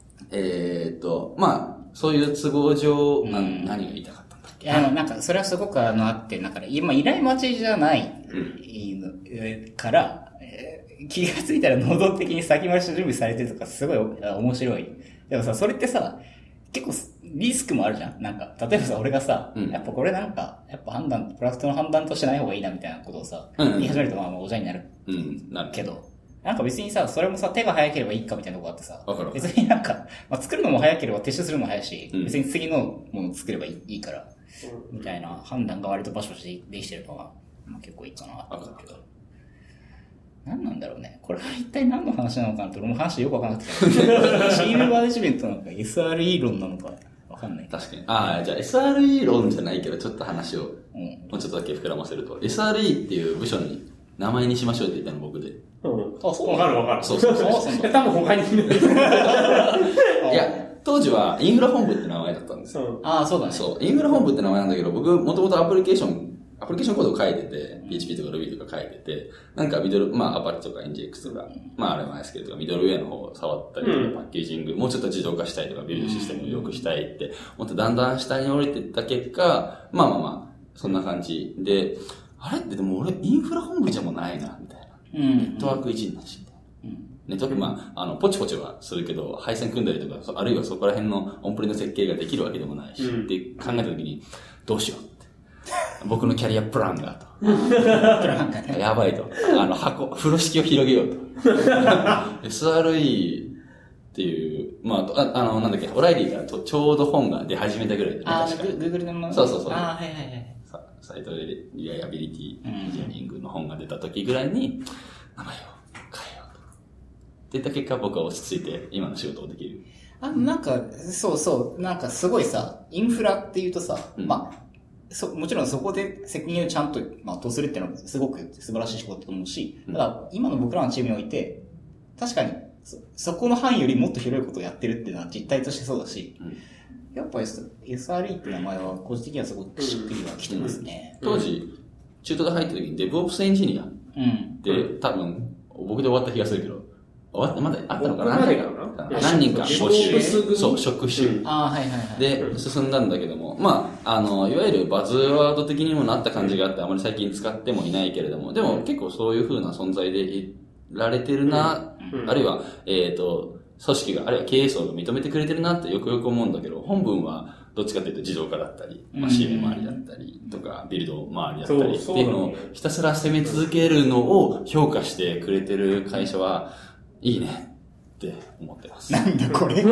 まあ、そういう都合上、何が言いたかったんだっけ？ なんか、それはすごくあって、だから、今、依頼待ちじゃないから、気がついたら能動的に先回し準備されてるとか、すごい面白い。でもさ、それってさ、結構リスクもあるじゃん。なんか、例えばさ、俺がさ、やっぱこれなんか、やっぱプラクトの判断としてない方がいいなみたいなことをさ、言い始めるとまあ、おじゃになる。 なるけど、なんか別にさ、それもさ、手が早ければいいかみたいなとこがあってさ、 わかる別になんか、まあ、作るのも早ければ撤収するのも早いし、別に次のものを作ればいいから、みたいな判断が割とバシバシできてるのが、まあ、結構いいかなと思うけど。何なんだろうね。これは一体何の話なのかなって、俺も話よくわからなくて。チームマネジメントなのか、SRE 論なのか、わかんない。 確かに。じゃあ SRE 論じゃないけど、ちょっと話を、もうちょっとだけ膨らませると、SRE っていう部署に名前にしましょうって言ったの僕で。 あ、そうわかる。 そう。 多分他にいや、当時はインフラ本部って名前だったんですよ。 そうだね。 そう。インフラ本部って名前なんだけど、僕、もともとアプリケーションコードを書いてて、PHP とか Ruby とか書いてて、なんかアパッチとか NGX とか、あれもないですけど、ミドルウェイの方を触ったりとか、パッケージング、もうちょっと自動化したいとか、ビルドシステムを良くしたいって、もっとだんだん下に降りていった結果、そんな感じで、あれってでも俺インフラ本部じゃもないな、みたいな。ネットワーク維持になるし、みたいな。ネットワーク、ポチポチはするけど、配線組んだりとか、あるいはそこら辺のオンプレの設計ができるわけでもないし、って考えたときに、どうしようって。僕のキャリアプランがと。プランがね。やばいと。風呂敷を広げようと。SRE っていう、なんだっけ、オライリーからちょうど本が出始めたぐらいで、ね。 Google のもの？ そう。 はい。 サイトでリアビリティエンジニアリングの本が出た時ぐらいに、名前を変えようと。って言った結果僕は落ち着いて今の仕事をできる。 なんか、なんかすごいさ、インフラって言うとさ、もちろんそこで責任をちゃんと全うするっていうのはすごく素晴らしい仕事だと思うし、ただ今の僕らのチームにおいて、確かにそこの範囲よりもっと広いことをやってるっていうのは実態としてそうだし、やっぱり SRE って名前は個人的にはすごくしっくりはきてますね。 当時、中途で入った時に DevOps エンジニアで、多分僕で終わった気がするけど、終わってまだあったのかな？何人か募集。そう、職種。で、進んだんだけども、いわゆるバズワード的にもなった感じがあって、あまり最近使ってもいないけれども、でも結構そういう風な存在でいられてるな、あるいは、組織が、あるいは経営層が認めてくれてるなってよくよく思うんだけど、本文はどっちかというと自動化だったり、CM 周りだったりとか、ビルド周りだったりっていうのをひたすら攻め続けるのを評価してくれてる会社はいいねって思ってます。 なんだこれいや、 でも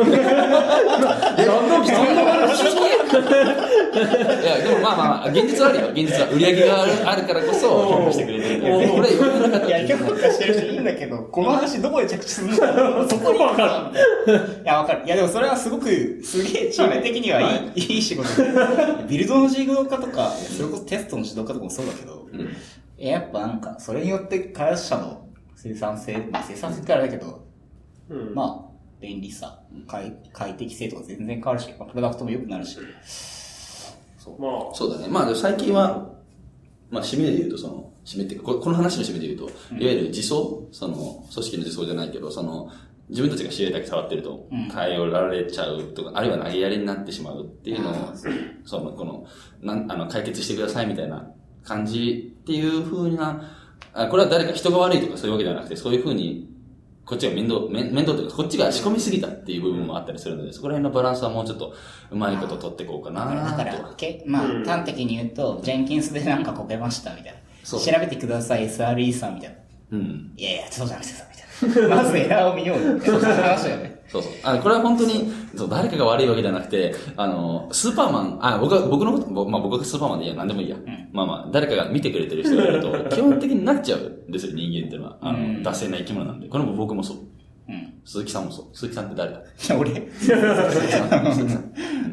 現実はあるよ。現実は売り上げがあるからこそ評価してくれてるんだよ。これ言わなかった。 いや、評価してるしいいんだけど、この話どこで着地するのか、そこにわかる。いや、わかる。いや、でもそれはすげえチーム的にはいい仕事で。ビルドの自動化とか、それこそテストの自動化とかもそうだけど、やっぱなんか、それによって開発者の生産性ってあれだけど、便利さ、快適性とか全然変わるし、プロダクトも良くなるし。 そうだね。最近は、締めで言うと、締めっていうか、この話の締めで言うと、いわゆる自走、組織の自走じゃないけど、自分たちが CA だけ触ってると、頼られちゃうとか、あるいは投げやりになってしまうっていうのを、解決してくださいみたいな感じっていう風な、これは誰か人が悪いとかそういうわけではなくて、そういう風に、こっちが面倒というか、こっちが仕込みすぎたっていう部分もあったりするので、そこら辺のバランスはもうちょっとうまいこと取っていこうかなだから、端的に言うと、ジェンキンスでなんかこけましたみたいな。調べてください、SRE さんみたいな。いやいや、そうじゃなくてさ、みたいな。まずエラーを見ようみたいな話だよね。 そう。これは本当に、誰かが悪いわけじゃなくて、スーパーマン、僕のこと、僕がスーパーマンでいいや、なんでもいいや。誰かが見てくれてる人がいると、基本的になっちゃうんですよ、人間っていうのは。惰性な生き物なんで。これも僕もそう。鈴木さんもそう。鈴木さんって誰だ？ いや、俺。 鈴木さん。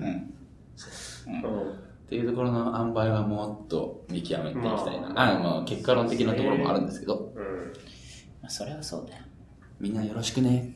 っていうところの塩梅はもっと見極めていきたいな。結果論的なところもあるんですけど。 それはそうだよ。 みんなよろしくね。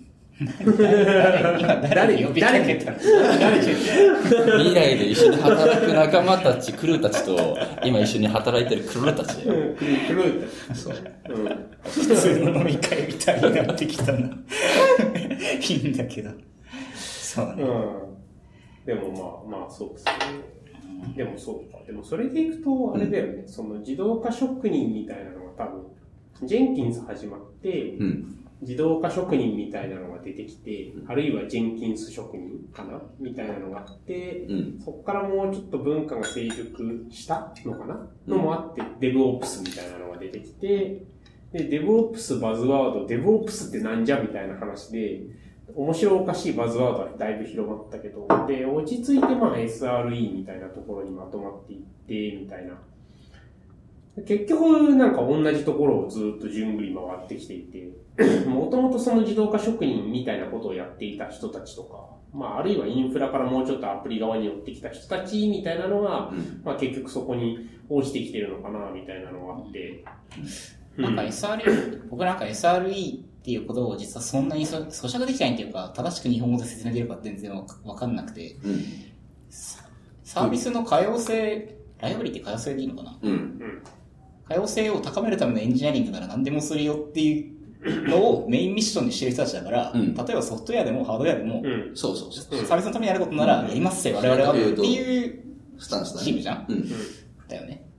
誰呼びかけたの？ 未来で一緒に働く仲間たち、クルーたちと、今一緒に働いてるクルーたちだよ。 クルーたち。そう。 普通の飲み会みたいになってきたな。いいんだけど。そうね。 でもまあそうですね。でもそうか。でもそれでいくと、あれだよね、その自動化職人みたいなのが多分、ジェンキンス始まって、自動化職人みたいなのが出てきて、あるいはジェンキンス職人かなみたいなのがあって、そこからもうちょっと文化が成熟したのかなのもあって、デブオプスみたいなのが出てきて、で、デブオプスバズワード、デブオプスってなんじゃみたいな話で、面白おかしいバズワードはだいぶ広まったけど、で、落ち着いてまあ SRE みたいなところにまとまっていって、みたいな。結局なんか同じところをずっと順繰り回ってきていて、もともとその自動化職人みたいなことをやっていた人たちとか、まああるいはインフラからもうちょっとアプリ側に寄ってきた人たちみたいなのが、まあ結局そこに応じてきてるのかなみたいなのがあって。 なんか 僕なんか SRE っていうことを実はそんなに咀嚼できないっていうか、正しく日本語で説明できるか全然わかんなくて、サービスの可用性、ライブリって可用性でいいのかな、可用性を高めるためのエンジニアリングなら何でもするよっていうのをメインミッションにしてる人たちだから、例えばソフトウェアでもハードウェアでも、 そうそうそう。 サービスのためにやることならやりますよ、我々はっていうスタンスだね。 チームじゃん、だよね。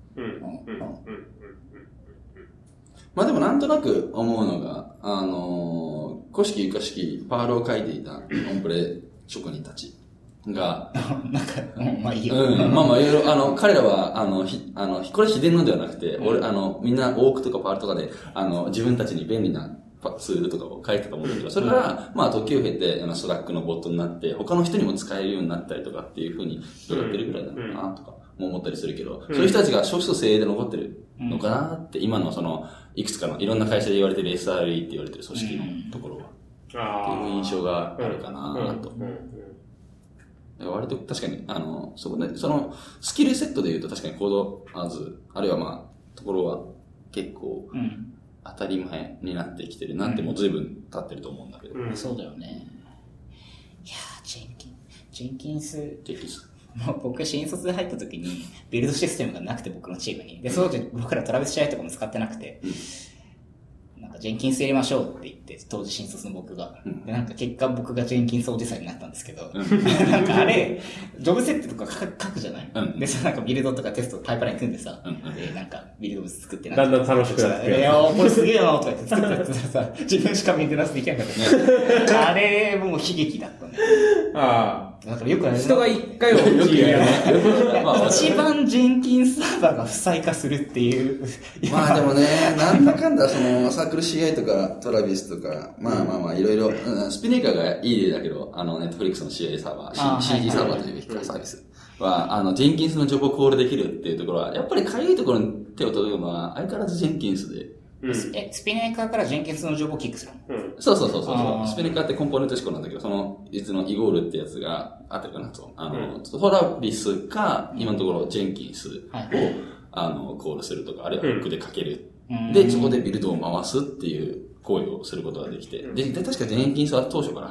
まあでもなんとなく思うのが、古式ゆかしきパールを書いていたオンプレ職人たちが、 なんか、まあいいよ。 まあまあいろいろ、彼らは、これ秘伝のではなくて、みんなオークとかパールとかで、自分たちに便利なツールとかを書いてたと思うんだけど、それが、まあ時を経て、スラックのボットになって、他の人にも使えるようになったりとかっていう風に広がってるぐらいだな、とかも思ったりするけど、そういう人たちが少数精鋭で残ってるのかなって、今のいくつかのいろんな会社で言われてる SRE って言われてる組織のところは、っていう印象があるかなと。割と確かに、そのスキルセットで言うと確かにコードアーズ、あるいはまあ、ところは結構当たり前になってきてるなってもう随分経ってると思うんだけど。 そうだよね。いやー、ジェンキンス。もう僕新卒で入った時にビルドシステムがなくて僕のチームに。で、そうじゃ僕らトラビスCIとかも使ってなくて、なんかジェンキンス入れましょうって言って、当時新卒の僕が。で、なんか結果僕がジェンキンスおじさんになったんですけど、なんかあれ、ジョブ設定とか書くじゃない、でさ、なんかビルドとかテスト、パイプライン組んでさ、で、なんかビルド物作ってだんだん楽しくなって。 いやー、これすげえなーとか言って作ったやつさ、自分しかメンテナンスできなかったね。あれ、もう悲劇だったね。 ああ。 なんかよくあれ人が一回は落ちるよね。 一番ジェンキンスサーバーが不細化するっていう。 まあでもね、なんだかんだサークル CI とかトラビスとか、まあいろいろ、スピネーカーがいい例だけど、ネットフリックスの CI サーバー、CD サーバーというべきかサービスは、ジェンキンスのジョブをコールできるっていうところは、やっぱりかゆいところに手を取るのは相変わらずジェンキンスで。 スピネーカーからジェンキンスの情報をキックするの？ そう。スピネーカーってコンポーネント思考なんだけど、実のイゴールってやつがあってるかなと。トラビスか、今のところジェンキンスを、コールするとか、あるいはフックでかける。で、そこでビルドを回すっていう行為をすることができて。で、確かジェンキンスは当初から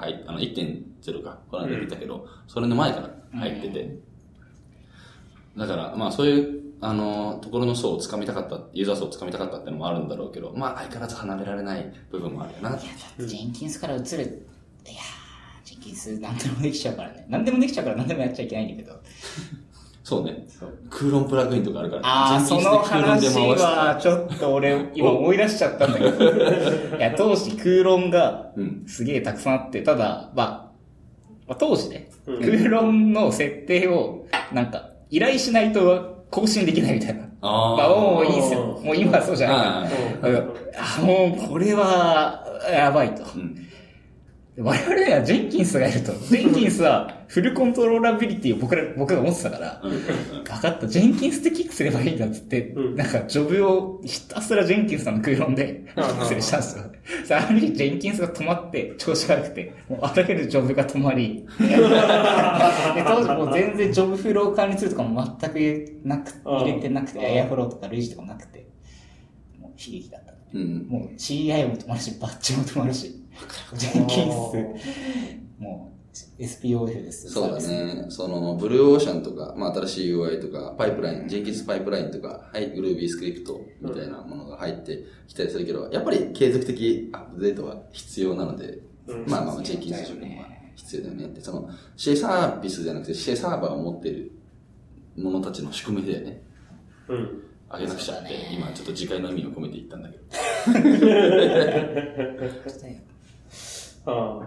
1.0 か、この間見たけど、それの前から入ってて。だから、まあそういう、ところの層をつかみたかった、ユーザー層をつかみたかったってのもあるんだろうけど、まあ相変わらず離れられない部分もあるよな。 いや、ジェンキンスから移る。いやー、ジェンキンス何でもできちゃうからね。何でもできちゃうから何でもやっちゃいけないんだけど。 そうね。クーロンプラグインとかあるから、 ああ、その話はちょっと俺今思い出しちゃったんだけど。いや、当時クーロンがすげえたくさんあって、ただ、まあ当時ね、クーロンの設定をなんか依頼しないと更新できないみたいな。もういいっすよ。もう今はそうじゃない。もうこれはやばいと。我々にはジェンキンスがいると。ジェンキンスはフルコントローラビリティを僕が思ってたから、分かった、ジェンキンスでキックすればいいんだっつって、なんかジョブをひたすらジェンキンスさんの空論でキックするしたんですよ。さらにジェンキンスが止まって調子が悪くて、もうあらゆるジョブが止まり、で当時もう全然ジョブフロー管理ツールとかも全く入れてなくて、エアフローとかルイジとかもなくて、もう悲劇だった。 もう CI も止まるし、バッチも止まるし、ジェンキンス、もう SPOF です。 そうだね。その、ブルーオーシャンとか、まあ新しい UI とか、パイプライン、ジェンキンスパイプラインとか、はい、グルービースクリプトみたいなものが入ってきたりするけど、やっぱり継続的アップデートは必要なので、まあジェンキンス自分は必要だよねって、その、シェサービスじゃなくて、シェサーバーを持っている者たちの仕組みだよね。あげなくちゃって、今ちょっと次回の意味を込めて言ったんだけど。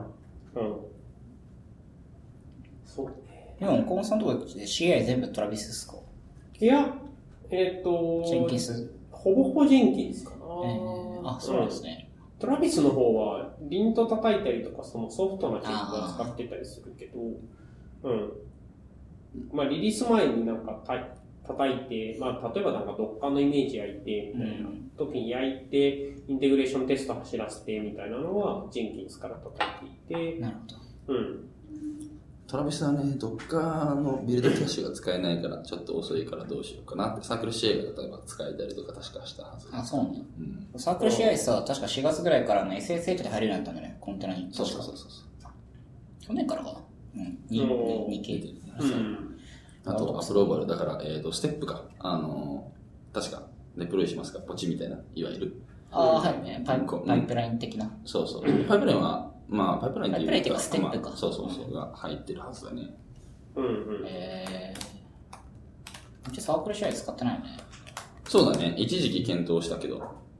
そうね。 でも、岡本さんのところで CI 全部トラビスですか？ いや、 ジェンキンス。 ほぼほぼジェンキンスかな。 あ、そうですね。 トラビスの方は、リント叩いたりとか、そのソフトなチェックは使ってたりするけど、まあ、リリース前になんか叩いて、まあ、例えばなんかどっかのイメージ焼いて、みたいな時に焼いて、インテグレーションテスト走らせて、みたいなのは、ジェンキンスから叩いていて、 なるほど。 トラビスはね、どっかのビルドキャッシュが使えないから、ちょっと遅いからどうしようかなって、サークル CI が例えば使えたりとか確かしたはず。 あ、そうなんだ。サークル CI さ、確か4月ぐらいからね、SSH で入れるようになったんだね、コンテナに。 そう。 去年からかな。2系で。 あと、アプローバル、だから、ステップか。確か、デプロイしますか、ポチみたいな、いわゆる。 はいね。パイプライン的な。 そう。パイプラインは、まあ、パイプラインっていうか、 ステップか。 そうが入ってるはずだね。 じゃサークル CI 使ってないよね。 そうだね。一時期検討したけど。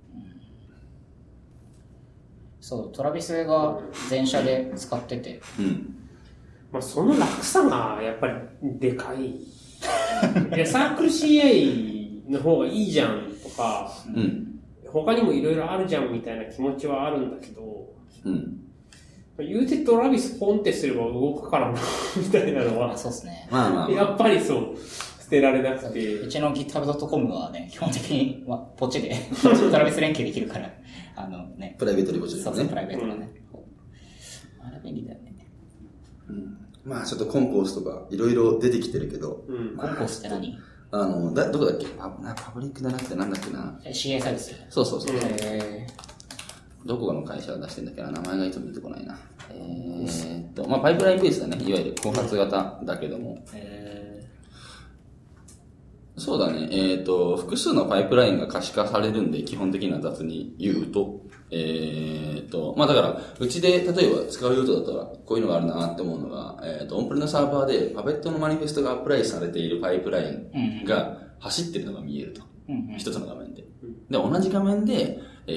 そう、トラビスが全社で使ってて。 まあ、その楽さが、やっぱり、でかい。いや、サークル CI の方がいいじゃん、とか、他にもいろいろあるじゃん、みたいな気持ちはあるんだけど、言うてトラビスポンってすれば動くからな、みたいなのは、 そうですね。 やっぱりそう、捨てられなくて。 うちの GitHub.com はね、基本的に、ポチで、トラビス連携できるから、 プライベートリポジトリね。 そう、プライベートだね。あれ便利だよね。 まあちょっとコンコースとかいろいろ出てきてるけど。 コンコースって何？ どこだっけ？パブリックじゃなくてなんだっけな。 CI サービス。 そう。どこの会社が出してんだっけな。名前がいつも出てこないな。まあパイプラインベースだね。いわゆる後発型だけども。そうだね。複数のパイプラインが可視化されるんで、基本的には雑に言うと。まあだから、うちで例えば使う用途だったら、こういうのがあるなって思うのが、オンプレのサーバーでパペットのマニフェストがアプライされているパイプラインが走ってるのが見えると。一つの画面で。で、同じ画面で、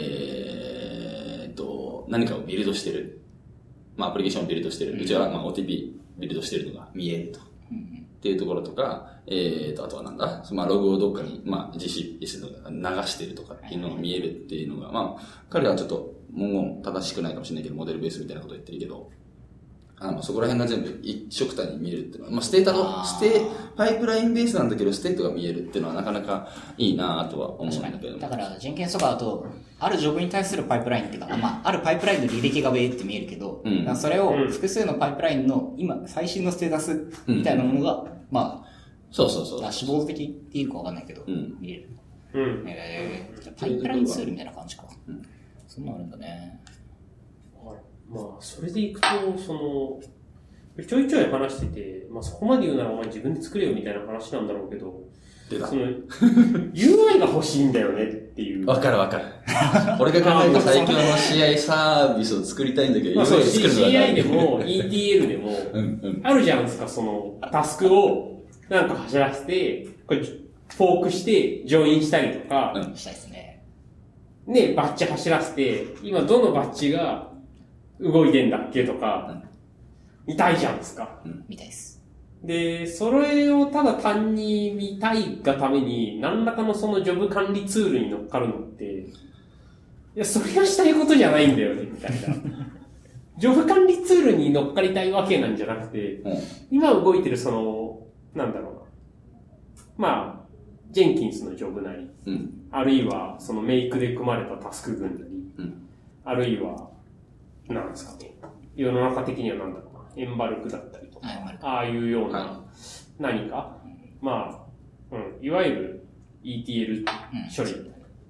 何かをビルドしてる。まあアプリケーションをビルドしてる。うちはまあ OTP ビルドしてるのが見えると。っていうところとか、あとはなんだ、まあ、ログをどっかに、まあ、GCS とか流してるとかっていうのが見えるっていうのが、まあ、彼らはちょっと文言正しくないかもしれないけど、モデルベースみたいなこと言ってるけど、そこら辺が全部一緒くたに見えるっていうのは、まあ、パイプラインベースなんだけど、ステートが見えるっていうのはなかなかいいなとは思うんだけど。 だから、ジェンキンスとかだと、あるジョブに対するパイプラインっていうか、まあ、あるパイプラインの履歴がベーって見えるけど、それを複数のパイプラインの今、最新のステータスみたいなものが、まあ、 そう。 ダッシュボード的っていうかわかんないけど、見れる。パイプラインツールみたいな感じか。そんなのあるんだね。 まあ、それでいくと、ちょいちょい話してて、まあそこまで言うならお前自分で作れよみたいな話なんだろうけど、UI が欲しいんだよねっていう。 わかる。俺が考えた最強の CI サービスを作りたいんだけど、 まあ、そう CI でも ETL でも、あるじゃんですか、タスクをなんか走らせて、これフォークしてジョインしたりとか、 したいですね。 ね、バッチ走らせて、今どのバッチが動いてんだっけとか、見たいじゃんですか。 見たいです。 で、それをただ単に見たいがために、何らかのそのジョブ管理ツールに乗っかるのって、いや、それがしたいことじゃないんだよね、みたいな。ジョブ管理ツールに乗っかりたいわけなんじゃなくて、今動いてるなんだろうな。まあ、ジェンキンスのジョブなり、あるいはそのメイクで組まれたタスク群なり、あるいは、なんですかね。世の中的にはなんだろうな。エンバルクだったりとか、ああいうような何か、まあ、いわゆる ETL 処理みたいな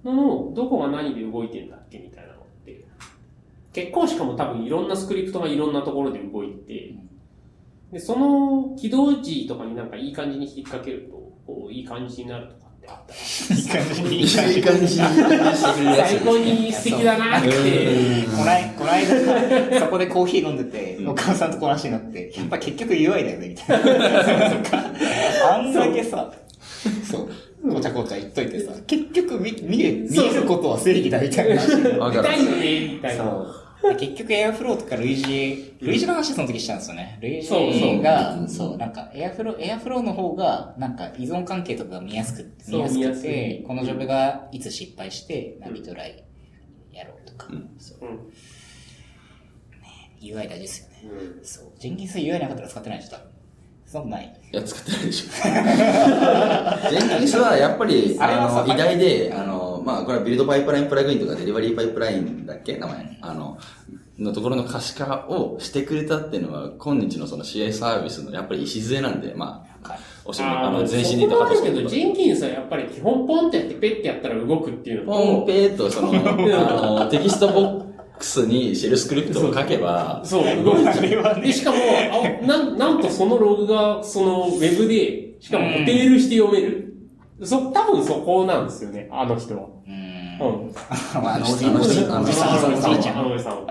の、どこが何で動いてんだっけみたいなのって。結構しかも多分いろんなスクリプトがいろんなところで動いて、で、その起動時とかになんかいい感じに引っ掛けると、こう、いい感じになるとかってあったら。 いい感じに。 いい感じに。 最高に素敵だなって。 この間、そこでコーヒー飲んでて、お母さんとこの話になって、やっぱ結局 UI だよね、みたいな。あんだけさ、そう。ごちゃごちゃ言っといてさ、結局見えることは正義だみたいな話。 見たいよね、みたいな。 結局 Airflow とか類似の話その時したんですよね。類似が、そう、なんか Airflow の方が、なんか依存関係とかが見やすくて、このジョブがいつ失敗して、リトライやろうとか。そう。UI 大事ですよね。そう。ジェンキンス UI なかったら使ってないでしょ、多分。そんなない。 いや、使ってないでしょ。ジェンキンスはやっぱり、偉大で、まあ、これはビルドパイプラインプラグインとかデリバリーパイプラインだっけ名前。のところの可視化をしてくれたっていうのは、今日のその CI サービスのやっぱり礎なんで、まあ、前身にいた方とけど、ジェンキンスはやっぱり基本ポンってやってペッてやったら動くっていうのと、 ポンペーとテキストボックスにシェルスクリプトを書けば、 そう、動く。で、しかも、なんとそのログが、そのウェブで、しかもテールして読める。多分そこなんですよね、あの人は。 あのおじさん。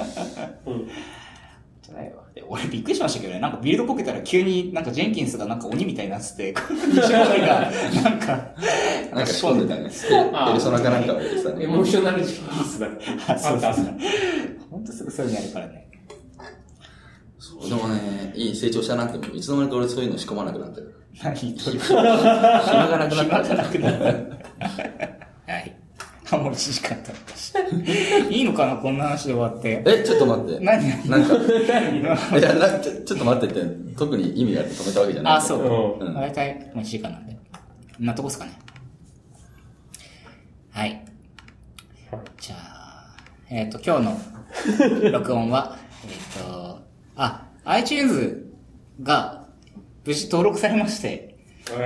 じゃないわ。俺びっくりしましたけどね。なんかビルドこけたら急になんかジェンキンスがなんか鬼みたいになってて、西本がなんか仕込んでたね。ペルソナかなんかを入れてたね。 エモーショナルジェンキンスだっけ。 そうそう。ほんとすぐそういうのやるからね。 そうでもね、いい成長したなって、いつの間にか俺そういうの仕込まなくなってる。 何言ってる？ 暇がなくなった。 暇がなくなった。はい。もう1時間経ったし。いいのかなこんな話で終わって。 ちょっと待って。 何なんか、いや、ちょっと待ってって、特に意味があって止めたわけじゃない。 あ、そう。大体もう1時間なんで。こんなとこっすかね。はい。じゃあ、今日の録音は、iTunes が無事登録されまして、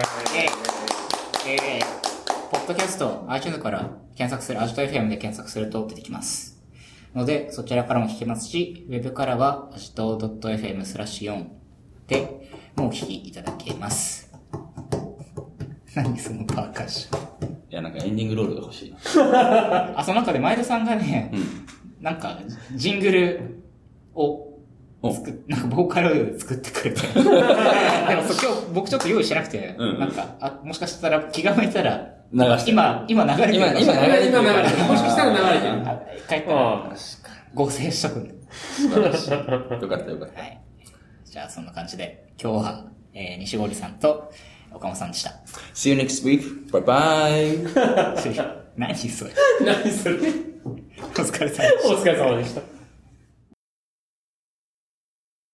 ポッドキャスト、iTunes から検索する、AJITO FM で検索すると出てきます。ので、そちらからも聞けますし、ウェブからは AJITO.fm/4 でもうお聞きいただけます。何そのパーカッション。 いや、なんかエンディングロールが欲しい。 その中で前田さんがね、なんか、ジングルをなんかボーカル作ってくれて。でも今日僕ちょっと用意してなくて、なんか、もしかしたら気が向いたら、今流れてる。 今流れてる。もしかしたら流れてる。 帰ったら、合成しとく。 素晴らしい。よかった。 はい。じゃあそんな感じで、今日は、西郷さんと岡本さんでした。 See you next week. Bye bye. 何それ。 何それ。 お疲れ様でした。 お疲れ様でした。